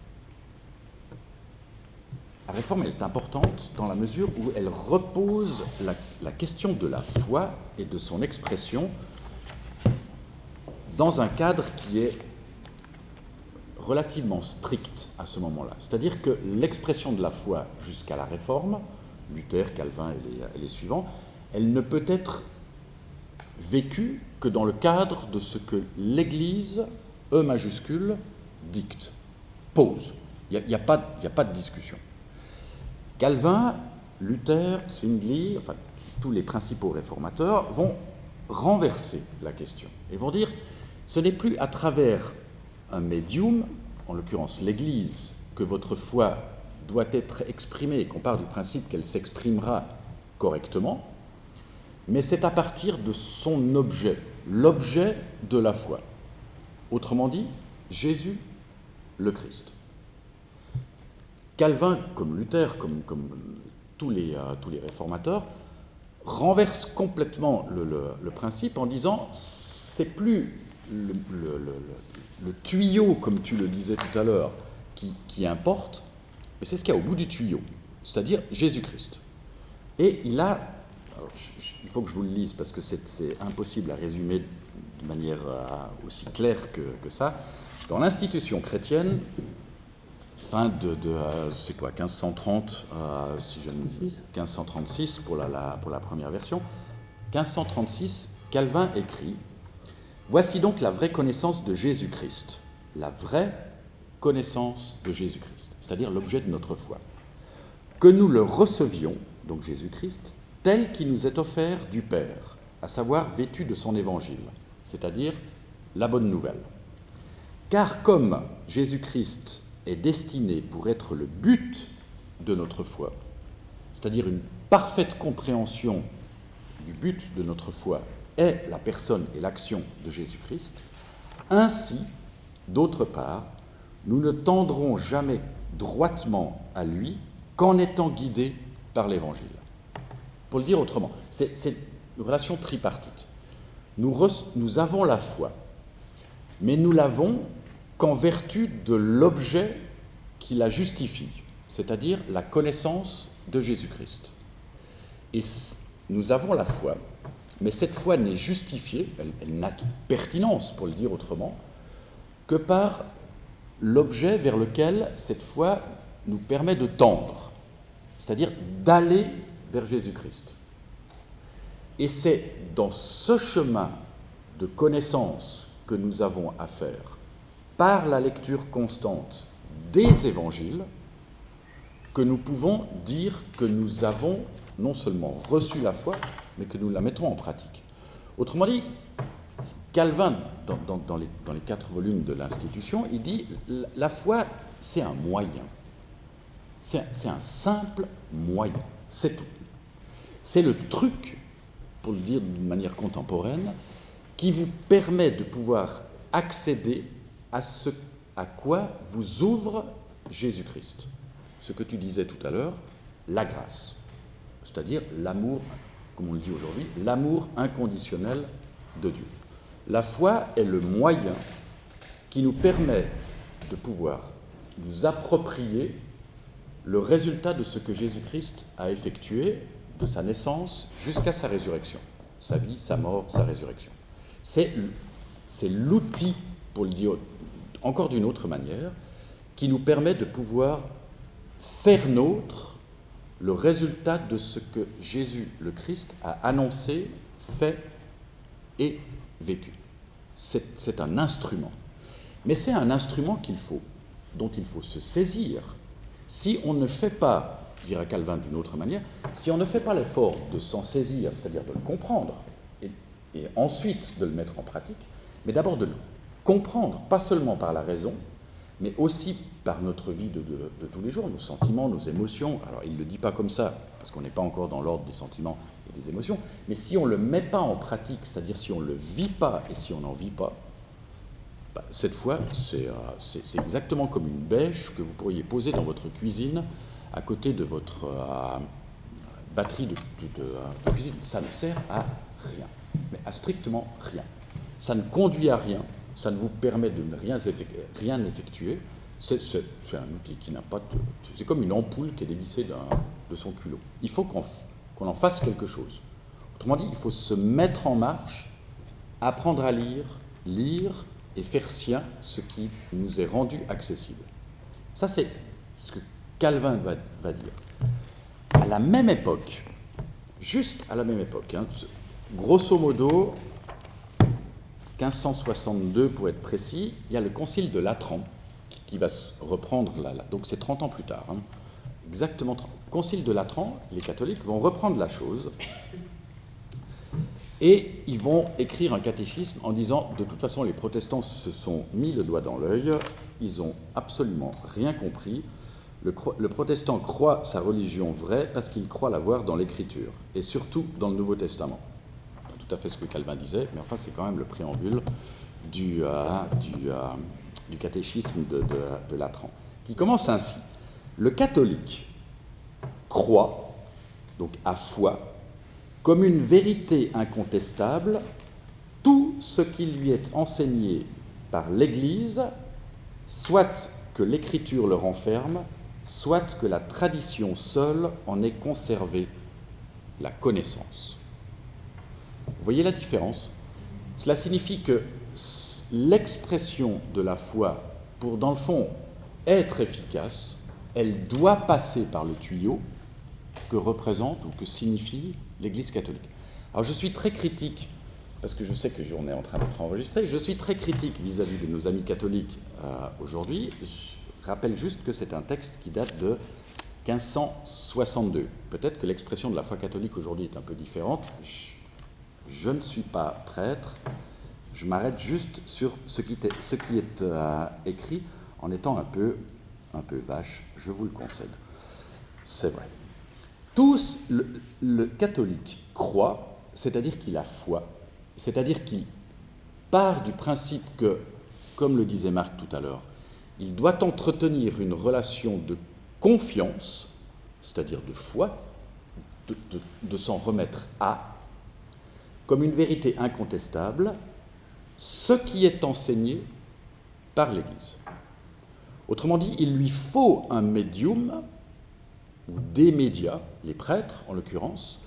La réforme elle est importante dans la mesure où elle repose la, la question de la foi et de son expression dans un cadre qui est relativement strict à ce moment-là. C'est-à-dire que l'expression de la foi jusqu'à la Réforme, Luther, Calvin et les, et les suivants, elle ne peut être vécue que dans le cadre de ce que l'Église, E majuscule, dicte, pose. Il n'y a, a, a pas de discussion. Calvin, Luther, Zwingli, enfin tous les principaux réformateurs vont renverser la question et vont dire ce n'est plus à travers un médium, en l'occurrence l'Église, que votre foi doit être exprimée et qu'on part du principe qu'elle s'exprimera correctement, mais c'est à partir de son objet, l'objet de la foi. Autrement dit, Jésus le Christ. Calvin, comme Luther, comme, comme tous, les, euh, tous les réformateurs, renverse complètement le, le, le principe en disant c'est plus le, le, le, le tuyau, comme tu le disais tout à l'heure, qui, qui importe, mais c'est ce qu'il y a au bout du tuyau, c'est-à-dire Jésus-Christ. Et il a, alors, je, je, il faut que je vous le lise parce que c'est, c'est impossible à résumer de manière euh, aussi claire que, que ça, dans l'institution chrétienne, fin de, de euh, c'est quoi, quinze cent trente, euh, si je ne quinze cent trente-six pour la, la, pour la première version. quinze cent trente-six, Calvin écrit « Voici donc la vraie connaissance de Jésus-Christ, la vraie connaissance de Jésus-Christ, c'est-à-dire l'objet de notre foi, que nous le recevions, donc Jésus-Christ, tel qu'il nous est offert du Père, à savoir vêtu de son évangile, c'est-à-dire la bonne nouvelle. Car comme Jésus-Christ est destiné pour être le but de notre foi, c'est-à-dire une parfaite compréhension du but de notre foi est la personne et l'action de Jésus-Christ, ainsi, d'autre part, nous ne tendrons jamais droitement à lui qu'en étant guidés par l'Évangile. Pour le dire autrement, c'est, c'est une relation tripartite. Nous, re, nous avons la foi, mais nous l'avons qu'en vertu de l'objet qui la justifie, c'est-à-dire la connaissance de Jésus-Christ. Et nous avons la foi, mais cette foi n'est justifiée, elle, elle n'a de pertinence, pour le dire autrement, que par l'objet vers lequel cette foi nous permet de tendre, c'est-à-dire d'aller vers Jésus-Christ. Et c'est dans ce chemin de connaissance que nous avons à faire, par la lecture constante des évangiles, que nous pouvons dire que nous avons non seulement reçu la foi, mais que nous la mettons en pratique. Autrement dit, Calvin, dans, dans, dans, les, dans les quatre volumes de l'Institution, il dit « la foi, c'est un moyen. C'est, c'est un simple moyen. C'est tout. C'est le truc, pour le dire d'une manière contemporaine, qui vous permet de pouvoir accéder à ce à quoi vous ouvre Jésus-Christ. Ce que tu disais tout à l'heure, la grâce. C'est-à-dire l'amour, comme on le dit aujourd'hui, l'amour inconditionnel de Dieu. La foi est le moyen qui nous permet de pouvoir nous approprier le résultat de ce que Jésus-Christ a effectué de sa naissance jusqu'à sa résurrection. Sa vie, sa mort, sa résurrection. C'est, c'est l'outil, pour le dire encore d'une autre manière, qui nous permet de pouvoir faire nôtre le résultat de ce que Jésus le Christ a annoncé, fait et vécu. C'est, c'est un instrument. Mais c'est un instrument qu'il faut, dont il faut se saisir. Si on ne fait pas, dira Calvin d'une autre manière, si on ne fait pas l'effort de s'en saisir, c'est-à-dire de le comprendre, et, et ensuite de le mettre en pratique, mais d'abord de le comprendre, pas seulement par la raison, mais aussi par notre vie de, de, de tous les jours, nos sentiments, nos émotions. Alors, il ne le dit pas comme ça, parce qu'on n'est pas encore dans l'ordre des sentiments et des émotions, mais si on ne le met pas en pratique, c'est-à-dire si on ne le vit pas et si on n'en vit pas, bah, cette fois, c'est, euh, c'est, c'est exactement comme une bêche que vous pourriez poser dans votre cuisine à côté de votre euh, batterie de, de, de, de cuisine. Ça ne sert à rien, mais à strictement rien. Ça ne conduit à rien, ça ne vous permet de ne rien, effectuer, rien effectuer. C'est, c'est, c'est un outil qui n'a pas de... C'est comme une ampoule qui est dévissée d'un, de son culot. Il faut qu'on, qu'on en fasse quelque chose. Autrement dit, il faut se mettre en marche, apprendre à lire, lire et faire sien ce qui nous est rendu accessible. Ça, c'est ce que Calvin va, va dire. À la même époque, juste à la même époque, hein, grosso modo, quinze cent soixante-deux pour être précis, il y a le concile de Latran qui va reprendre, la, la, donc c'est trente ans plus tard, hein, exactement trente. Concile de Latran, les catholiques vont reprendre la chose et ils vont écrire un catéchisme en disant, de toute façon, les protestants se sont mis le doigt dans l'œil, ils n'ont absolument rien compris. Le, le protestant croit sa religion vraie parce qu'il croit la voir dans l'Écriture, et surtout dans le Nouveau Testament. Pas tout à fait ce que Calvin disait, mais enfin, c'est quand même le préambule du, euh, du, euh, du catéchisme de, de, de Latran, qui commence ainsi. Le catholique croit, donc à foi, comme une vérité incontestable, tout ce qui lui est enseigné par l'Église, soit que l'Écriture le renferme, soit que la tradition seule en ait conservé la connaissance. Vous voyez la différence ? Cela signifie que l'expression de la foi, pour dans le fond être efficace, elle doit passer par le tuyau que représente ou que signifie l'Église catholique. Alors je suis très critique, parce que je sais que on est en train d'être enregistré, je suis très critique vis-à-vis de nos amis catholiques euh, aujourd'hui. Je rappelle juste que c'est un texte qui date de quinze cent soixante-deux. Peut-être que l'expression de la foi catholique aujourd'hui est un peu différente. Je, je ne suis pas prêtre, je m'arrête juste sur ce qui, ce qui est euh, écrit en étant un peu, un peu vache, je vous le concède. C'est vrai. Tous, le, le catholique croit, c'est-à-dire qu'il a foi, c'est-à-dire qu'il part du principe que, comme le disait Marc tout à l'heure, il doit entretenir une relation de confiance, c'est-à-dire de foi, de, de, de s'en remettre à, comme une vérité incontestable, ce qui est enseigné par l'Église. Autrement dit, il lui faut un médium, ou des médias, les prêtres en l'occurrence,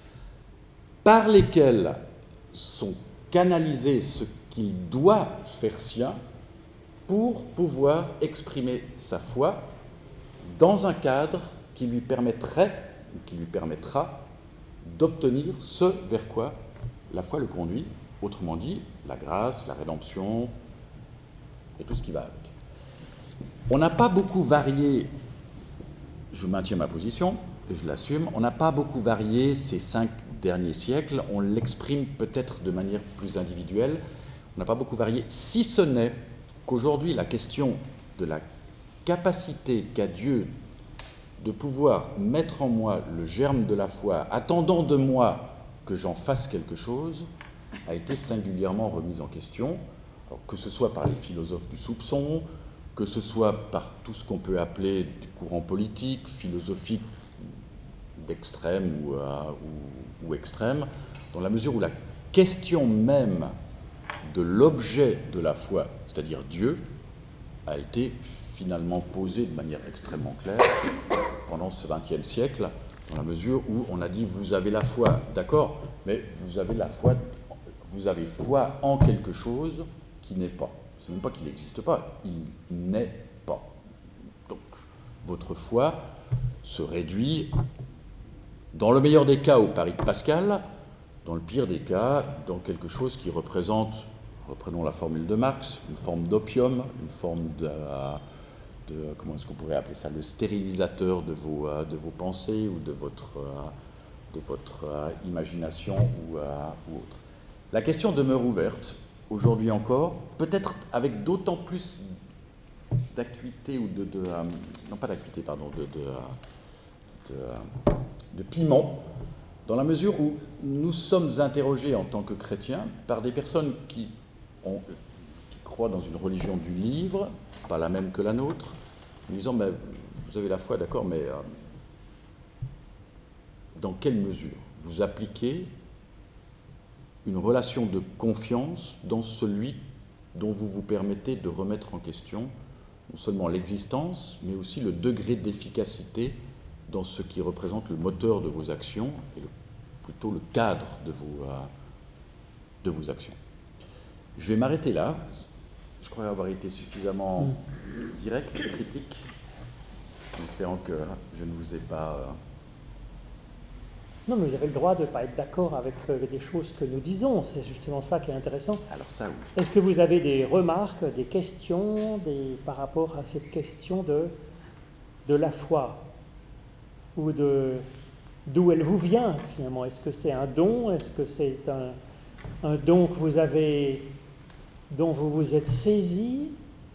par lesquels sont canalisés ce qu'il doit faire sien pour pouvoir exprimer sa foi dans un cadre qui lui permettrait, ou qui lui permettra d'obtenir ce vers quoi la foi le conduit, autrement dit, la grâce, la rédemption et tout ce qui va avec. On n'a pas beaucoup varié, je maintiens ma position et je l'assume, on n'a pas beaucoup varié ces cinq derniers siècles, on l'exprime peut-être de manière plus individuelle, on n'a pas beaucoup varié, si ce n'est qu'aujourd'hui la question de la capacité qu'a Dieu de pouvoir mettre en moi le germe de la foi, attendant de moi que j'en fasse quelque chose, a été singulièrement remise en question, alors, que ce soit par les philosophes du soupçon, que ce soit par tout ce qu'on peut appeler du courant politique, philosophique d'extrême ou, euh, ou, ou extrême, dans la mesure où la question même de l'objet de la foi, c'est-à-dire Dieu, a été finalement posée de manière extrêmement claire pendant ce vingtième siècle, dans la mesure où on a dit vous avez la foi, d'accord, mais vous avez la foi, vous avez foi en quelque chose qui n'est pas. c'est même pas qu'il n'existe pas, il n'est pas. Donc, votre foi se réduit, dans le meilleur des cas, au pari de Pascal, dans le pire des cas, dans quelque chose qui représente, reprenons la formule de Marx, une forme d'opium, une forme de, de comment est-ce qu'on pourrait appeler ça, le stérilisateur de vos, de vos pensées ou de votre, de votre imagination ou, ou autre. La question demeure ouverte, aujourd'hui encore, peut-être avec d'autant plus d'acuité ou de, de euh, non pas d'acuité, pardon, de, de, de, de, de piment, dans la mesure où nous sommes interrogés en tant que chrétiens par des personnes qui, ont, qui croient dans une religion du livre, pas la même que la nôtre, nous disant, mais vous avez la foi, d'accord, mais euh, dans quelle mesure vous appliquez une relation de confiance dans celui dont vous vous permettez de remettre en question non seulement l'existence, mais aussi le degré d'efficacité dans ce qui représente le moteur de vos actions et le, plutôt le cadre de vos, euh, de vos actions. Je vais m'arrêter là. Je crois avoir été suffisamment direct, critique, en espérant que je ne vous ai pas... Euh, Non, mais vous avez le droit de ne pas être d'accord avec des choses que nous disons. C'est justement ça qui est intéressant. Alors ça, oui. Est-ce que vous avez des remarques, des questions des, par rapport à cette question de, de la foi? Ou de, d'où elle vous vient, finalement? Est-ce que c'est un don? Est-ce que c'est un, un don que vous avez, dont vous vous êtes saisi?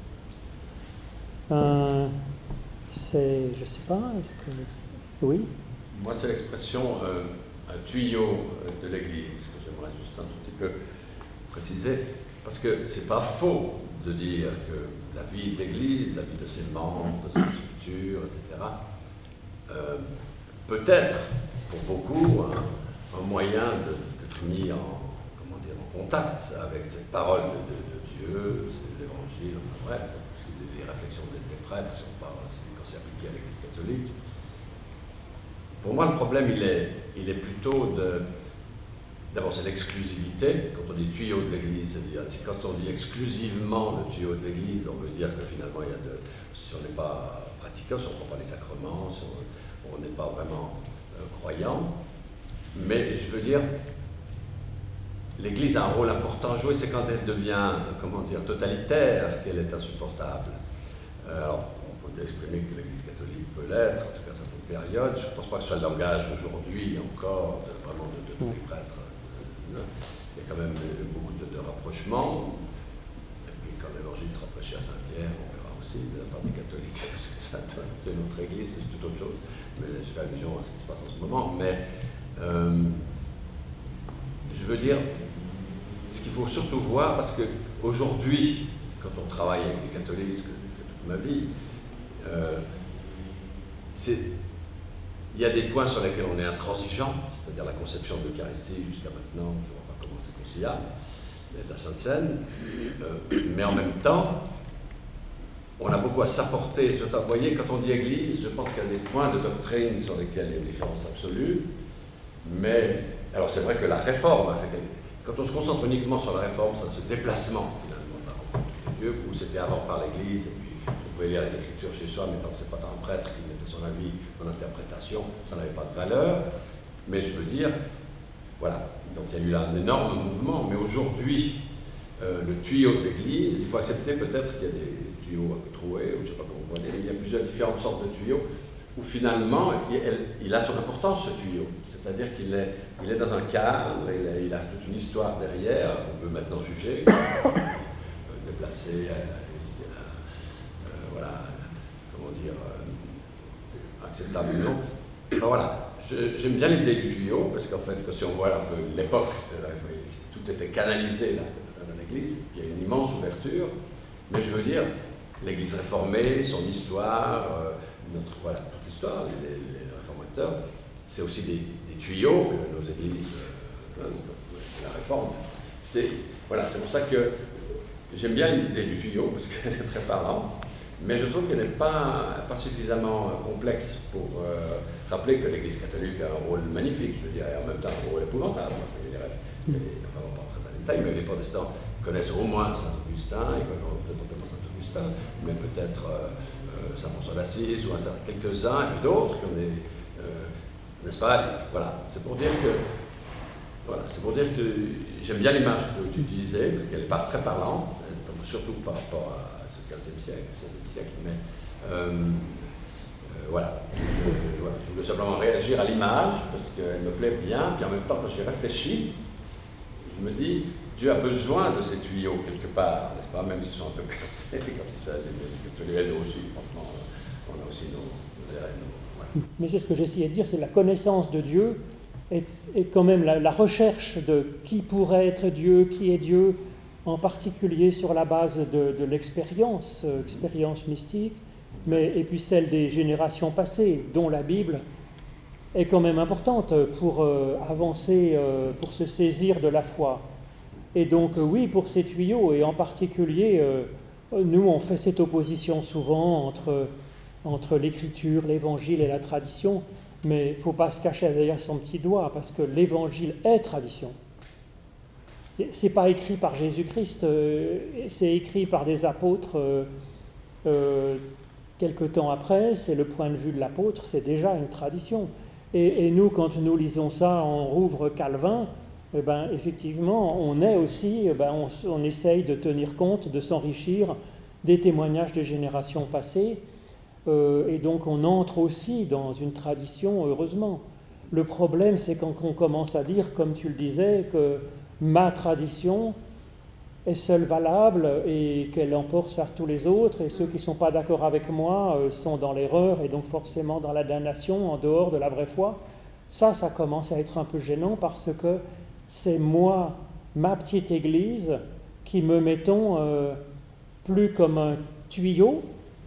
Un, c'est, je ne sais pas, est-ce que... Oui? Moi, c'est l'expression euh, un tuyau de l'Église que j'aimerais juste un tout petit peu préciser, parce que c'est pas faux de dire que la vie de l'Église, la vie de ses membres, de ses structures, et cetera, euh, peut être pour beaucoup un, un moyen de, d'être mis en, comment dire, en contact avec cette parole de, de, de Dieu, c'est l'Évangile, enfin bref, c'est les réflexions des, des prêtres, si on parle, quand c'est appliqué à l'Église catholique. Pour moi, le problème, il est, il est plutôt de... D'abord, c'est l'exclusivité. Quand on dit tuyau de l'Église, c'est-à-dire, quand on dit exclusivement le tuyau de l'Église, on veut dire que finalement, il y a de, si on n'est pas pratiquant, si on ne prend pas les sacrements, si on n'est pas vraiment euh, croyant. Mais je veux dire, l'Église a un rôle important à jouer, c'est quand elle devient, comment dire, totalitaire, qu'elle est insupportable. Euh, alors, on peut exprimer que l'Église catholique peut l'être, en tout cas, certaines périodes. Je ne pense pas que ce soit le langage aujourd'hui encore, de, vraiment de, de tous les prêtres. Il y a quand même beaucoup de, de rapprochements. Et puis quand l'évangile sera prêché à Saint-Pierre, on verra aussi de la part des catholiques ce que ça donne. C'est notre église, c'est toute autre chose. Mais je fais allusion à ce qui se passe en ce moment. Mais euh, je veux dire, ce qu'il faut surtout voir, parce qu'aujourd'hui, quand on travaille avec des catholiques, ce que j'ai fait toute ma vie, euh, c'est... Il y a des points sur lesquels on est intransigeant, c'est-à-dire la conception de l'Eucharistie jusqu'à maintenant, je ne vois pas comment c'est conciliable, de la Sainte Seine, euh, mais en même temps, on a beaucoup à s'apporter. Vous voyez, quand on dit Église, je pense qu'il y a des points de doctrine sur lesquels il y a une différence absolue, mais, alors c'est vrai que la réforme a fait quelque... Quand on se concentre uniquement sur la réforme, c'est ce déplacement finalement de la rencontre de Dieu, où c'était avant par l'Église, et puis on pouvait lire les Écritures chez soi, mais tant que ce n'est pas un prêtre qui mettait son avis, son interprétation, ça n'avait pas de valeur. Mais je veux dire, voilà, donc il y a eu là un énorme mouvement, mais aujourd'hui, euh, le tuyau de l'Église, il faut accepter peut-être qu'il y a des tuyaux un peu troués, ou je ne sais pas comment on va dire, il y a plusieurs différentes sortes de tuyaux, où finalement, il, il a son importance, ce tuyau. C'est-à-dire qu'il est, il est dans un cadre, il a, il a toute une histoire derrière, on peut maintenant juger, déplacer, voilà, comment dire, euh, acceptable ou non. Enfin voilà, je, j'aime bien l'idée du tuyau, parce qu'en fait, si on voit un peu l'époque, tout était canalisé là, dans l'Église, il y a une immense ouverture, mais je veux dire, l'Église réformée, son histoire, euh, notre, voilà, toute l'histoire, les, les réformateurs, c'est aussi des, des tuyaux que nos Églises, euh, la réforme, c'est, voilà, c'est pour ça que j'aime bien l'idée du tuyau, parce qu'elle est très parlante, mais je trouve qu'elle n'est pas, pas suffisamment complexe pour euh, rappeler que l'Église catholique a un rôle magnifique, je dirais, en même temps un rôle épouvantable. Enfin, les rêves, les, enfin, on va pas entrer dans les détails, mais les protestants connaissent au moins Saint-Augustin, ils connaissent peut-être Saint-Augustin, mais peut-être euh, euh, Saint-François d'Assise, ou un certain, quelques-uns, et puis d'autres, comme des, euh, n'est-ce pas? Voilà, c'est pour dire que, voilà, c'est pour dire que j'aime bien l'image que tu utilisais, parce qu'elle n'est pas très parlante, surtout par rapport à ce quinzième siècle, seizième siècle, mais euh, euh, voilà. Je, voilà. Je voulais simplement réagir à l'image, parce qu'elle me plaît bien, puis en même temps, quand j'y réfléchis, je me dis, Dieu a besoin de ces tuyaux quelque part, n'est-ce pas, même s'ils sont un peu percés quand il s'agit de tuyaux, nous aussi, franchement, on a aussi nos, nos erreurs. Voilà. Mais c'est ce que j'essayais de dire, c'est la connaissance de Dieu est, est quand même la, la recherche de qui pourrait être Dieu, qui est Dieu, en particulier sur la base de, de l'expérience, euh, expérience mystique, mais, et puis celle des générations passées, dont la Bible est quand même importante pour euh, avancer, euh, pour se saisir de la foi. Et donc euh, oui, pour ces tuyaux, et en particulier, euh, nous on fait cette opposition souvent entre, entre l'écriture, l'évangile et la tradition, mais il ne faut pas se cacher derrière son petit doigt, parce que l'évangile est tradition. C'est pas écrit par Jésus-Christ, euh, c'est écrit par des apôtres euh, euh, quelque temps après, c'est le point de vue de l'apôtre, c'est déjà une tradition. Et, et nous, quand nous lisons ça, on rouvre Calvin, eh ben, effectivement, on est aussi, eh ben, on, on essaye de tenir compte, de s'enrichir des témoignages des générations passées, euh, et donc on entre aussi dans une tradition, heureusement. Le problème, c'est quand on commence à dire, comme tu le disais, que ma tradition est seule valable et qu'elle emporte sur tous les autres, et ceux qui ne sont pas d'accord avec moi euh, sont dans l'erreur et donc forcément dans la damnation, en dehors de la vraie foi. Ça, ça commence à être un peu gênant parce que c'est moi, ma petite église, qui me mettons euh, plus comme un tuyau,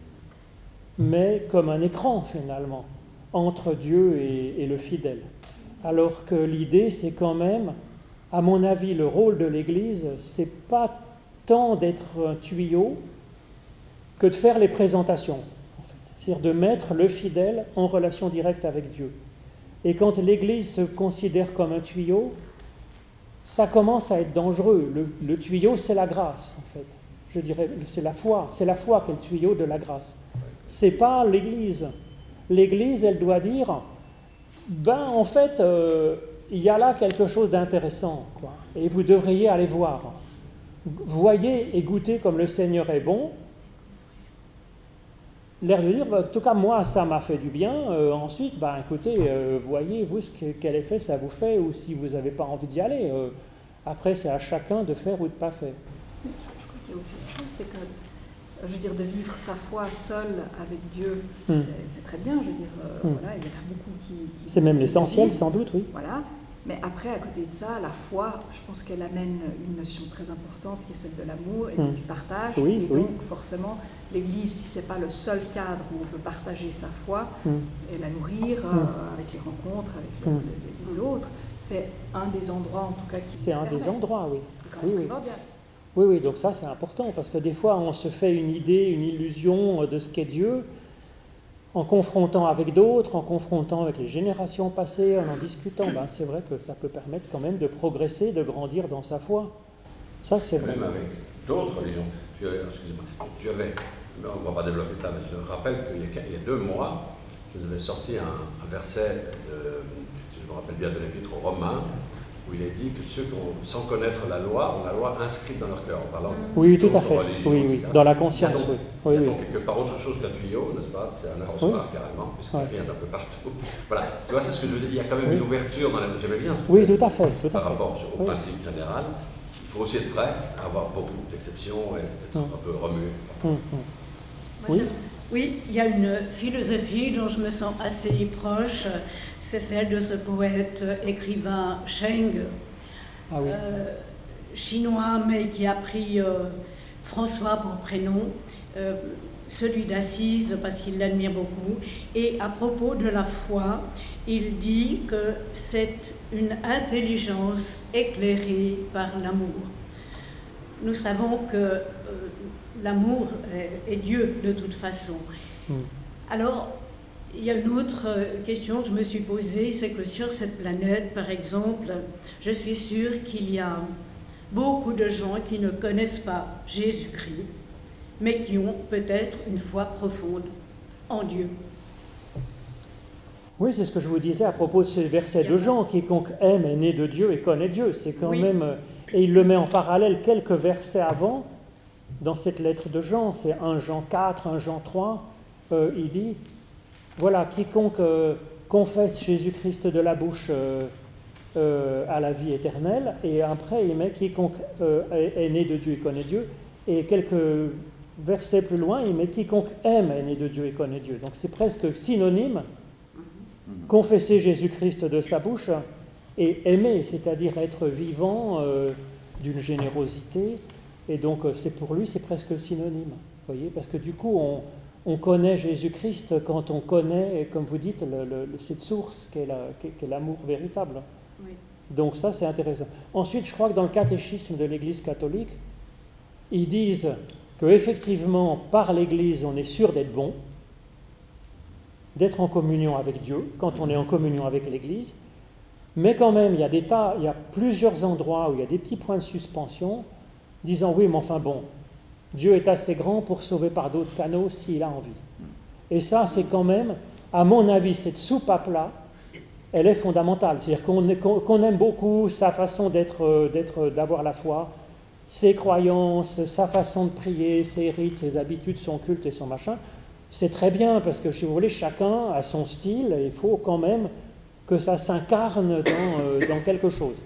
mais comme un écran finalement, entre Dieu et, et le fidèle. Alors que l'idée, c'est quand même, à mon avis, le rôle de l'Église, c'est pas tant d'être un tuyau que de faire les présentations, en fait. C'est-à-dire de mettre le fidèle en relation directe avec Dieu. Et quand l'Église se considère comme un tuyau, ça commence à être dangereux. Le, le tuyau, c'est la grâce, en fait. Je dirais, c'est la foi. C'est la foi qui est le tuyau de la grâce. C'est pas l'Église. L'Église, elle doit dire, ben, en fait, euh, il y a là quelque chose d'intéressant, quoi, et vous devriez aller voir. Voyez et goûtez comme le Seigneur est bon. L'air de dire, bah, en tout cas, moi, ça m'a fait du bien. Euh, ensuite, bah, écoutez, euh, voyez, vous, ce que, quel effet ça vous fait, ou si vous n'avez pas envie d'y aller. Euh, après, c'est à chacun de faire ou de ne pas faire. Je crois qu'il y a aussi une chose, c'est que, je veux dire, de vivre sa foi seule avec Dieu, mm. c'est, c'est très bien, je veux dire, euh, mm. voilà, il y en a beaucoup qui... qui c'est même qui l'essentiel, sans doute, oui. Voilà, mais après, à côté de ça, la foi, je pense qu'elle amène une notion très importante, qui est celle de l'amour et mm. du partage, oui, et donc, oui. forcément, l'Église, si ce n'est pas le seul cadre où on peut partager sa foi mm. et la nourrir euh, mm. avec les rencontres, avec le, mm. les, les autres, c'est un des endroits, en tout cas, qui C'est un permet. des endroits, oui. Quand oui, même oui. primordial. Oui, oui, donc ça c'est important, parce que des fois on se fait une idée, une illusion de ce qu'est Dieu, en confrontant avec d'autres, en confrontant avec les générations passées, en en discutant. Ben, c'est vrai que ça peut permettre quand même de progresser, de grandir dans sa foi. Ça c'est vrai. Même avec d'autres religions. Tu avais, excusez-moi, tu avais, on ne va pas développer ça, mais je me rappelle qu'il y a, il y a deux mois, tu nous avais sorti un, un verset, de, si je me rappelle bien, de l'Épître aux Romains, où il est dit que ceux qui ont, sans connaître la loi, ont la loi inscrite dans leur cœur, en parlant oui, tout à fait. Religion, oui, oui, dans la conscience, il y a donc, oui. Il y a oui, donc oui. quelque part autre chose qu'un tuyau, n'est-ce pas? C'est un arrosoir oui. carrément, puisque ouais. ça vient d'un peu partout. Voilà, tu vois, c'est ce que je veux dire. Il y a quand même oui. une ouverture dans la... J'aimais bien ce que oui, tout à fait, tout à par fait. rapport au oui. principe général. Il faut aussi être prêt à avoir beaucoup d'exceptions et d'être mmh. un peu remué. Mmh. Oui. Oui, il y a une philosophie dont je me sens assez proche, c'est celle de ce poète écrivain Sheng, ah oui. euh, chinois, mais qui a pris euh, François pour prénom, euh, celui d'Assise parce qu'il l'admire beaucoup. Et à propos de la foi, il dit que c'est une intelligence éclairée par l'amour. Nous savons que euh, l'amour est, est Dieu de toute façon. Mm. Alors, il y a une autre question que je me suis posée, c'est que sur cette planète, par exemple, je suis sûre qu'il y a beaucoup de gens qui ne connaissent pas Jésus-Christ, mais qui ont peut-être une foi profonde en Dieu. Oui, c'est ce que je vous disais à propos de ce verset de Jean, quiconque aime est né de Dieu et connaît Dieu. C'est quand Oui. même, et il le met en parallèle quelques versets avant, dans cette lettre de Jean, c'est un Jean quatre, un Jean trois, euh, il dit, voilà, quiconque euh, confesse Jésus-Christ de la bouche euh, euh, à la vie éternelle, et après il met quiconque euh, est, est né de Dieu et connaît Dieu, et quelques versets plus loin, il met quiconque aime est né de Dieu et connaît Dieu. Donc c'est presque synonyme. Confesser Jésus-Christ de sa bouche et aimer, c'est-à-dire être vivant euh, d'une générosité. Et donc, c'est pour lui, c'est presque synonyme. Voyez, parce que du coup, on, on connaît Jésus-Christ quand on connaît, comme vous dites, le, le, cette source qu'est, la, qu'est l'amour véritable. Oui. Donc ça, c'est intéressant. Ensuite, je crois que dans le catéchisme de l'Église catholique, ils disent qu'effectivement, par l'Église, on est sûr d'être bon, d'être en communion avec Dieu, quand on est en communion avec l'Église, mais quand même, il y a des tas, il y a plusieurs endroits où il y a des petits points de suspension, disant oui, mais enfin bon, Dieu est assez grand pour sauver par d'autres canaux s'il a envie. Et ça, c'est quand même, à mon avis, cette soupape-là, elle est fondamentale. C'est-à-dire qu'on, qu'on, qu'on aime beaucoup sa façon d'être, d'être, d'avoir la foi, ses croyances, sa façon de prier, ses rites, ses habitudes, son culte et son machin. C'est très bien, parce que si vous voulez, chacun a son style, et il faut quand même que ça s'incarne dans, euh, dans quelque chose.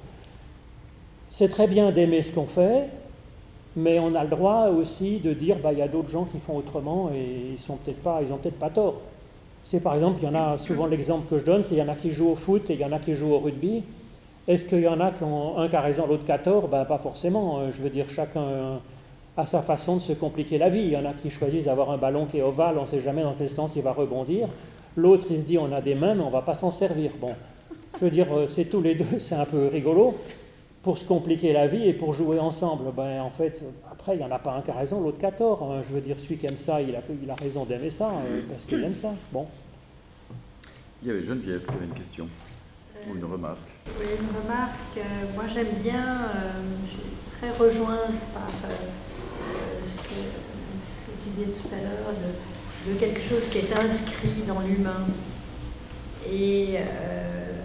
C'est très bien d'aimer ce qu'on fait, mais on a le droit aussi de dire, bah, il y a d'autres gens qui font autrement, et ils sont peut-être pas, ils ont peut-être pas tort. C'est par exemple, il y en a souvent l'exemple que je donne, c'est il y en a qui jouent au foot et il y en a qui jouent au rugby. Est-ce qu'il y en a qui ont un qui a raison, l'autre qui a tort? Ben, pas forcément. Je veux dire, chacun a sa façon de se compliquer la vie. Il y en a qui choisissent d'avoir un ballon qui est ovale, on ne sait jamais dans quel sens il va rebondir. L'autre, il se dit, on a des mains, mais on ne va pas s'en servir. Bon, je veux dire, c'est tous les deux, c'est un peu rigolo pour se compliquer la vie et pour jouer ensemble. Ben, en fait, après, il n'y en a pas un qui a raison, l'autre qui a tort. Je veux dire, celui qui aime ça, il a, il a raison d'aimer ça, parce qu'il aime ça. Bon. Il y avait Geneviève qui avait une question, euh, ou une remarque. Oui, une remarque. Euh, moi, j'aime bien, euh, je suis très rejointe par euh, ce, que, ce que tu disais tout à l'heure, de, de quelque chose qui est inscrit dans l'humain. Et euh,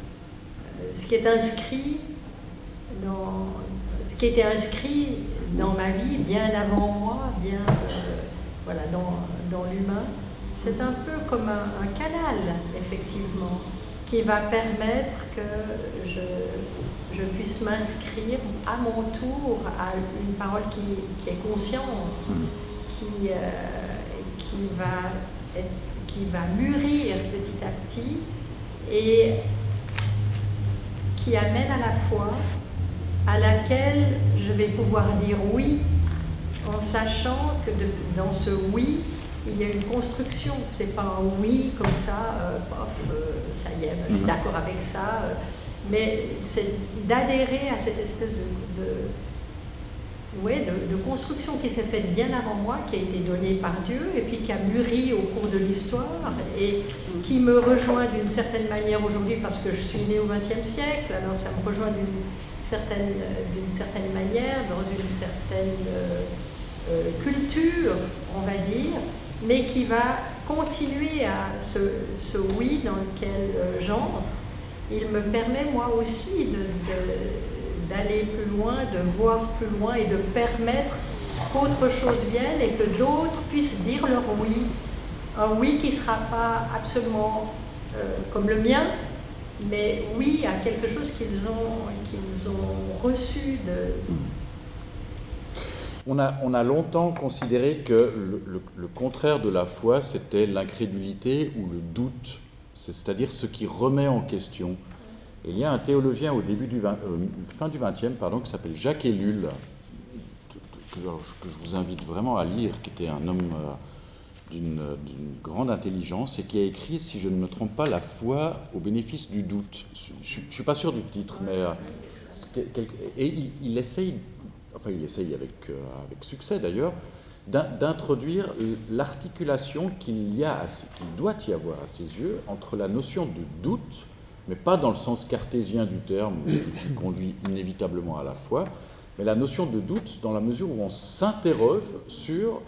ce qui est inscrit dans, ce qui était inscrit dans ma vie, bien avant moi, bien euh, voilà, dans, dans l'humain, c'est un peu comme un, un canal, effectivement, qui va permettre que je, je puisse m'inscrire à mon tour à une parole qui, qui est consciente, qui, euh, qui, va être, qui va mûrir petit à petit et qui amène à la foi, à laquelle je vais pouvoir dire oui, en sachant que de, dans ce oui, il y a une construction. C'est pas un oui comme ça, euh, pof, euh, ça y est, je suis d'accord avec ça, euh, mais c'est d'adhérer à cette espèce de, de, ouais, de, de construction qui s'est faite bien avant moi, qui a été donnée par Dieu, et puis qui a mûri au cours de l'histoire, et qui me rejoint d'une certaine manière aujourd'hui, parce que je suis née au vingtième siècle, alors ça me rejoint d'une certaine, d'une certaine manière, dans une certaine euh, euh, culture, on va dire, mais qui va continuer à ce, ce oui dans lequel euh, j'entre. Il me permet moi aussi de, de, d'aller plus loin, de voir plus loin et de permettre qu'autre chose vienne et que d'autres puissent dire leur oui. Un oui qui ne sera pas absolument euh, comme le mien, mais oui à quelque chose qu'ils ont, qu'ils ont reçu de... On a, on a longtemps considéré que le, le, le contraire de la foi, c'était l'incrédulité ou le doute, c'est-à-dire ce qui remet en question. Et il y a un théologien au début du vingt, euh, fin du vingtième, pardon, qui s'appelle Jacques Ellul, que, que je vous invite vraiment à lire, qui était un homme euh, d'une, d'une grande intelligence et qui a écrit, si je ne me trompe pas, La foi au bénéfice du doute. Je ne suis pas sûr du titre, mais euh, et il, il essaye. Enfin, il essaye avec, euh, avec succès d'ailleurs, d'introduire l'articulation qu'il y a, à, qu'il doit y avoir à ses yeux entre la notion de doute, mais pas dans le sens cartésien du terme qui conduit inévitablement à la foi, mais la notion de doute dans la mesure où on s'interroge sur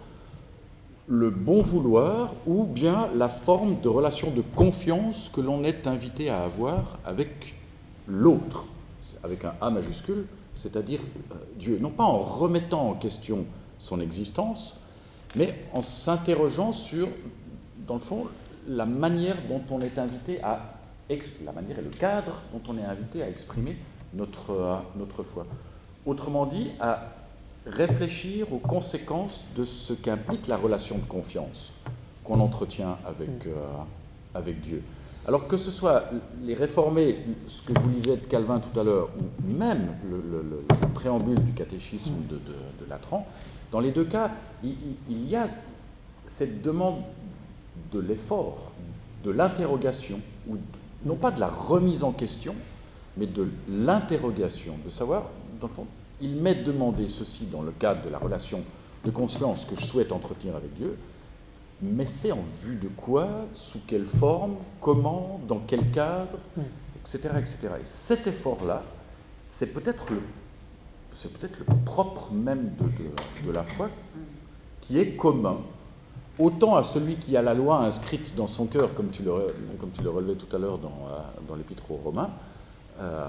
le bon vouloir ou bien la forme de relation de confiance que l'on est invité à avoir avec l'autre, avec un A majuscule, c'est-à-dire euh, Dieu. Non pas en remettant en question son existence, mais en s'interrogeant sur, dans le fond, la manière dont on est invité à, la manière et le cadre dont on est invité à exprimer notre, euh, notre foi. Autrement dit, à réfléchir aux conséquences de ce qu'implique la relation de confiance qu'on entretient avec, euh, avec Dieu. Alors que ce soit les réformés, ce que je vous lisais de Calvin tout à l'heure, ou même le, le, le, le préambule du catéchisme de, de, de Latran, dans les deux cas, il, il y a cette demande de l'effort, de l'interrogation, ou de, non pas de la remise en question, mais de l'interrogation, de savoir, dans le fond, il m'est demandé ceci dans le cadre de la relation de confiance que je souhaite entretenir avec Dieu, mais c'est en vue de quoi, sous quelle forme, comment, dans quel cadre, et cetera, et cetera. Et cet effort-là, c'est peut-être le, c'est peut-être le propre même de, de, de la foi, qui est commun, autant à celui qui a la loi inscrite dans son cœur, comme tu le, comme tu le relevais tout à l'heure dans, dans l'Épître aux Romains, euh,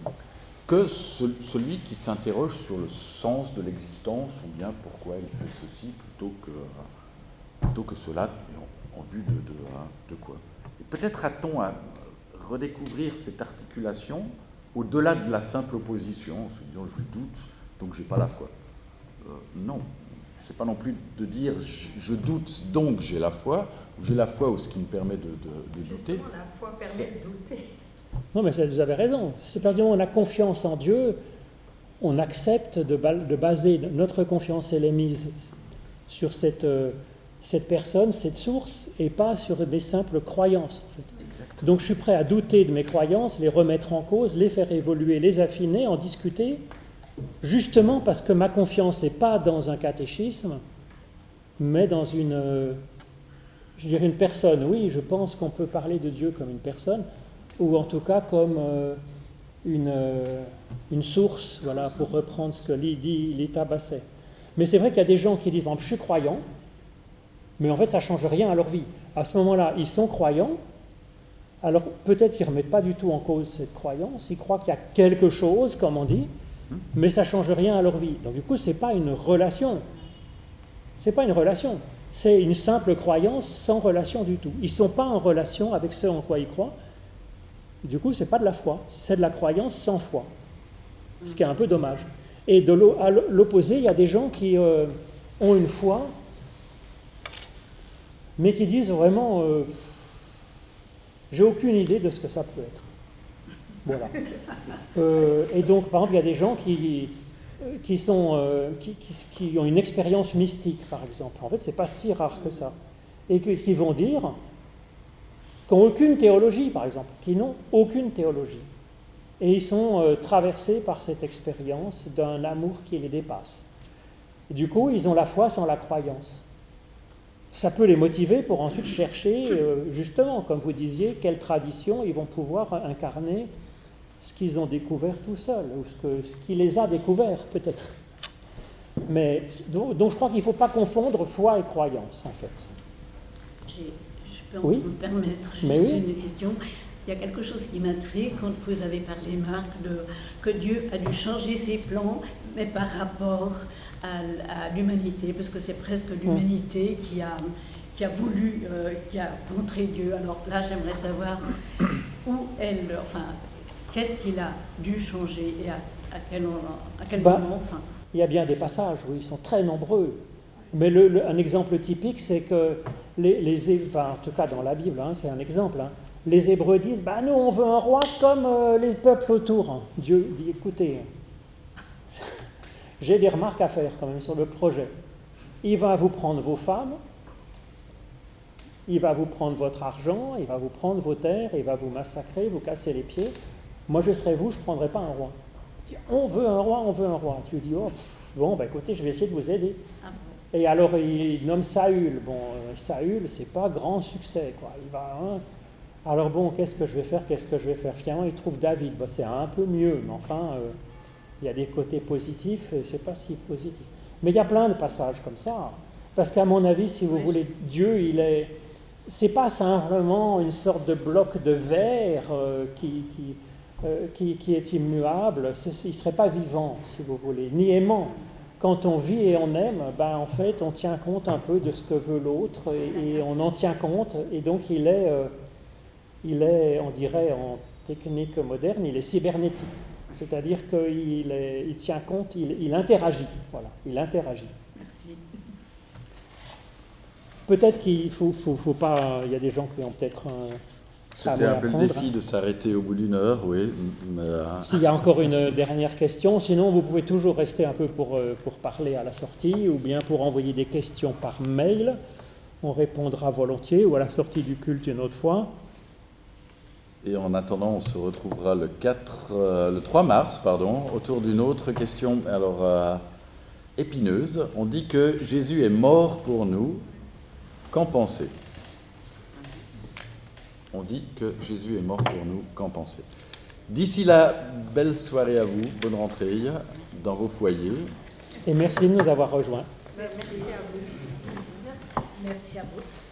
que ce, celui qui s'interroge sur le sens de l'existence, ou bien pourquoi il fait ceci plutôt que, plutôt que cela, en, en vue de, de, de quoi. Et peut-être a-t-on à redécouvrir cette articulation au-delà de la simple opposition, en se disant je doute, donc j'ai pas la foi. Euh, non, c'est pas non plus de dire je, je doute, donc j'ai la foi, ou j'ai la foi ou ce qui me permet de, de, de douter. Justement, la foi permet c'est... de douter. Non, mais vous avez raison. C'est parce qu'on a confiance en Dieu, on accepte de, de baser notre confiance, elle est mise sur cette, cette personne, cette source, et pas sur des simples croyances. En fait. Exactement. Donc je suis prêt à douter de mes croyances, les remettre en cause, les faire évoluer, les affiner, en discuter, justement parce que ma confiance n'est pas dans un catéchisme, mais dans une, je dirais une personne. Oui, je pense qu'on peut parler de Dieu comme une personne, ou en tout cas comme euh, une, euh, une source, voilà, pour reprendre ce que dit Lita Basset. Mais c'est vrai qu'il y a des gens qui disent, bon, je suis croyant, mais en fait ça ne change rien à leur vie. À ce moment-là, ils sont croyants, alors peut-être qu'ils ne remettent pas du tout en cause cette croyance, ils croient qu'il y a quelque chose, comme on dit, mais ça ne change rien à leur vie. Donc du coup, ce n'est pas une relation. Ce n'est pas une relation. C'est une simple croyance sans relation du tout. Ils ne sont pas en relation avec ce en quoi ils croient. Du coup, ce n'est pas de la foi, c'est de la croyance sans foi, ce qui est un peu dommage. Et de l'o- à l'opposé, il y a des gens qui euh, ont une foi, mais qui disent vraiment euh, « j'ai aucune idée de ce que ça peut être ». Voilà. Euh, et donc, par exemple, il y a des gens qui, qui, sont, euh, qui, qui, qui ont une expérience mystique, par exemple. En fait, ce n'est pas si rare que ça. Et qui, qui vont dire... qui n'ont aucune théologie, par exemple, qui n'ont aucune théologie. Et ils sont euh, traversés par cette expérience d'un amour qui les dépasse. Et du coup, ils ont la foi sans la croyance. Ça peut les motiver pour ensuite chercher, euh, justement, comme vous disiez, quelle tradition ils vont pouvoir incarner ce qu'ils ont découvert tout seuls, ou ce, que, ce qui les a découverts, peut-être. Mais, donc, donc je crois qu'il ne faut pas confondre foi et croyance, en fait. J'ai... Je peux oui. me permettre juste Mais oui. une question. Il y a quelque chose qui m'intrigue quand vous avez parlé, Marc, de, que Dieu a dû changer ses plans, mais par rapport à, à l'humanité, parce que c'est presque l'humanité qui a, qui a voulu, euh, qui a montré Dieu. Alors là, j'aimerais savoir où elle, enfin, qu'est-ce qu'il a dû changer et à, à quel, à quel bah, moment, enfin. Il y a bien des passages où ils sont très nombreux. Mais le, le, un exemple typique, c'est que les, les enfin, en tout cas dans la Bible, hein, c'est un exemple, hein, les Hébreux disent bah, « nous, on veut un roi comme euh, les peuples autour. » Dieu dit « écoutez, j'ai des remarques à faire quand même sur le projet. Il va vous prendre vos femmes, il va vous prendre votre argent, il va vous prendre vos terres, il va vous massacrer, vous casser les pieds. Moi, je serais vous, je ne prendrais pas un roi. » On veut un roi, on veut un roi. Tu dis « oh, pff, bon, bah, écoutez, je vais essayer de vous aider. » Et alors, il nomme Saül. Bon, euh, Saül, c'est pas grand succès, quoi. Il va, hein. Alors bon, qu'est-ce que je vais faire, qu'est-ce que je vais faire? Finalement, il trouve David. Bon, c'est un peu mieux, mais enfin, euh, Il y a des côtés positifs et c'est pas si positif. Mais il y a plein de passages comme ça. Parce qu'à mon avis, si vous oui. voulez, Dieu, il est... C'est pas simplement une sorte de bloc de verre euh, qui, qui, euh, qui, qui est immuable. C'est, il ne serait pas vivant, si vous voulez, ni aimant. Quand on vit et on aime, ben, en fait, on tient compte un peu de ce que veut l'autre et, et on en tient compte. Et donc, il est, euh, il est, on dirait en technique moderne, il est cybernétique. C'est-à-dire qu'il est, il tient compte, il, il interagit. Voilà, il interagit. Merci. Peut-être qu'il faut, faut, faut pas. Il y a des gens qui ont peut-être un. C'était un peu le défi de s'arrêter au bout d'une heure, oui. Mais... S'il y a encore une dernière question, sinon vous pouvez toujours rester un peu pour, pour parler à la sortie ou bien pour envoyer des questions par mail. On répondra volontiers ou à la sortie du culte une autre fois. Et en attendant, on se retrouvera le, quatre, euh, le trois mars pardon, autour d'une autre question alors, euh, épineuse. On dit que Jésus est mort pour nous. Qu'en pensez ? On dit que Jésus est mort pour nous, qu'en pensez ? D'ici là, belle soirée à vous, bonne rentrée dans vos foyers. Et merci de nous avoir rejoints. Merci à vous. Merci. Merci à vous.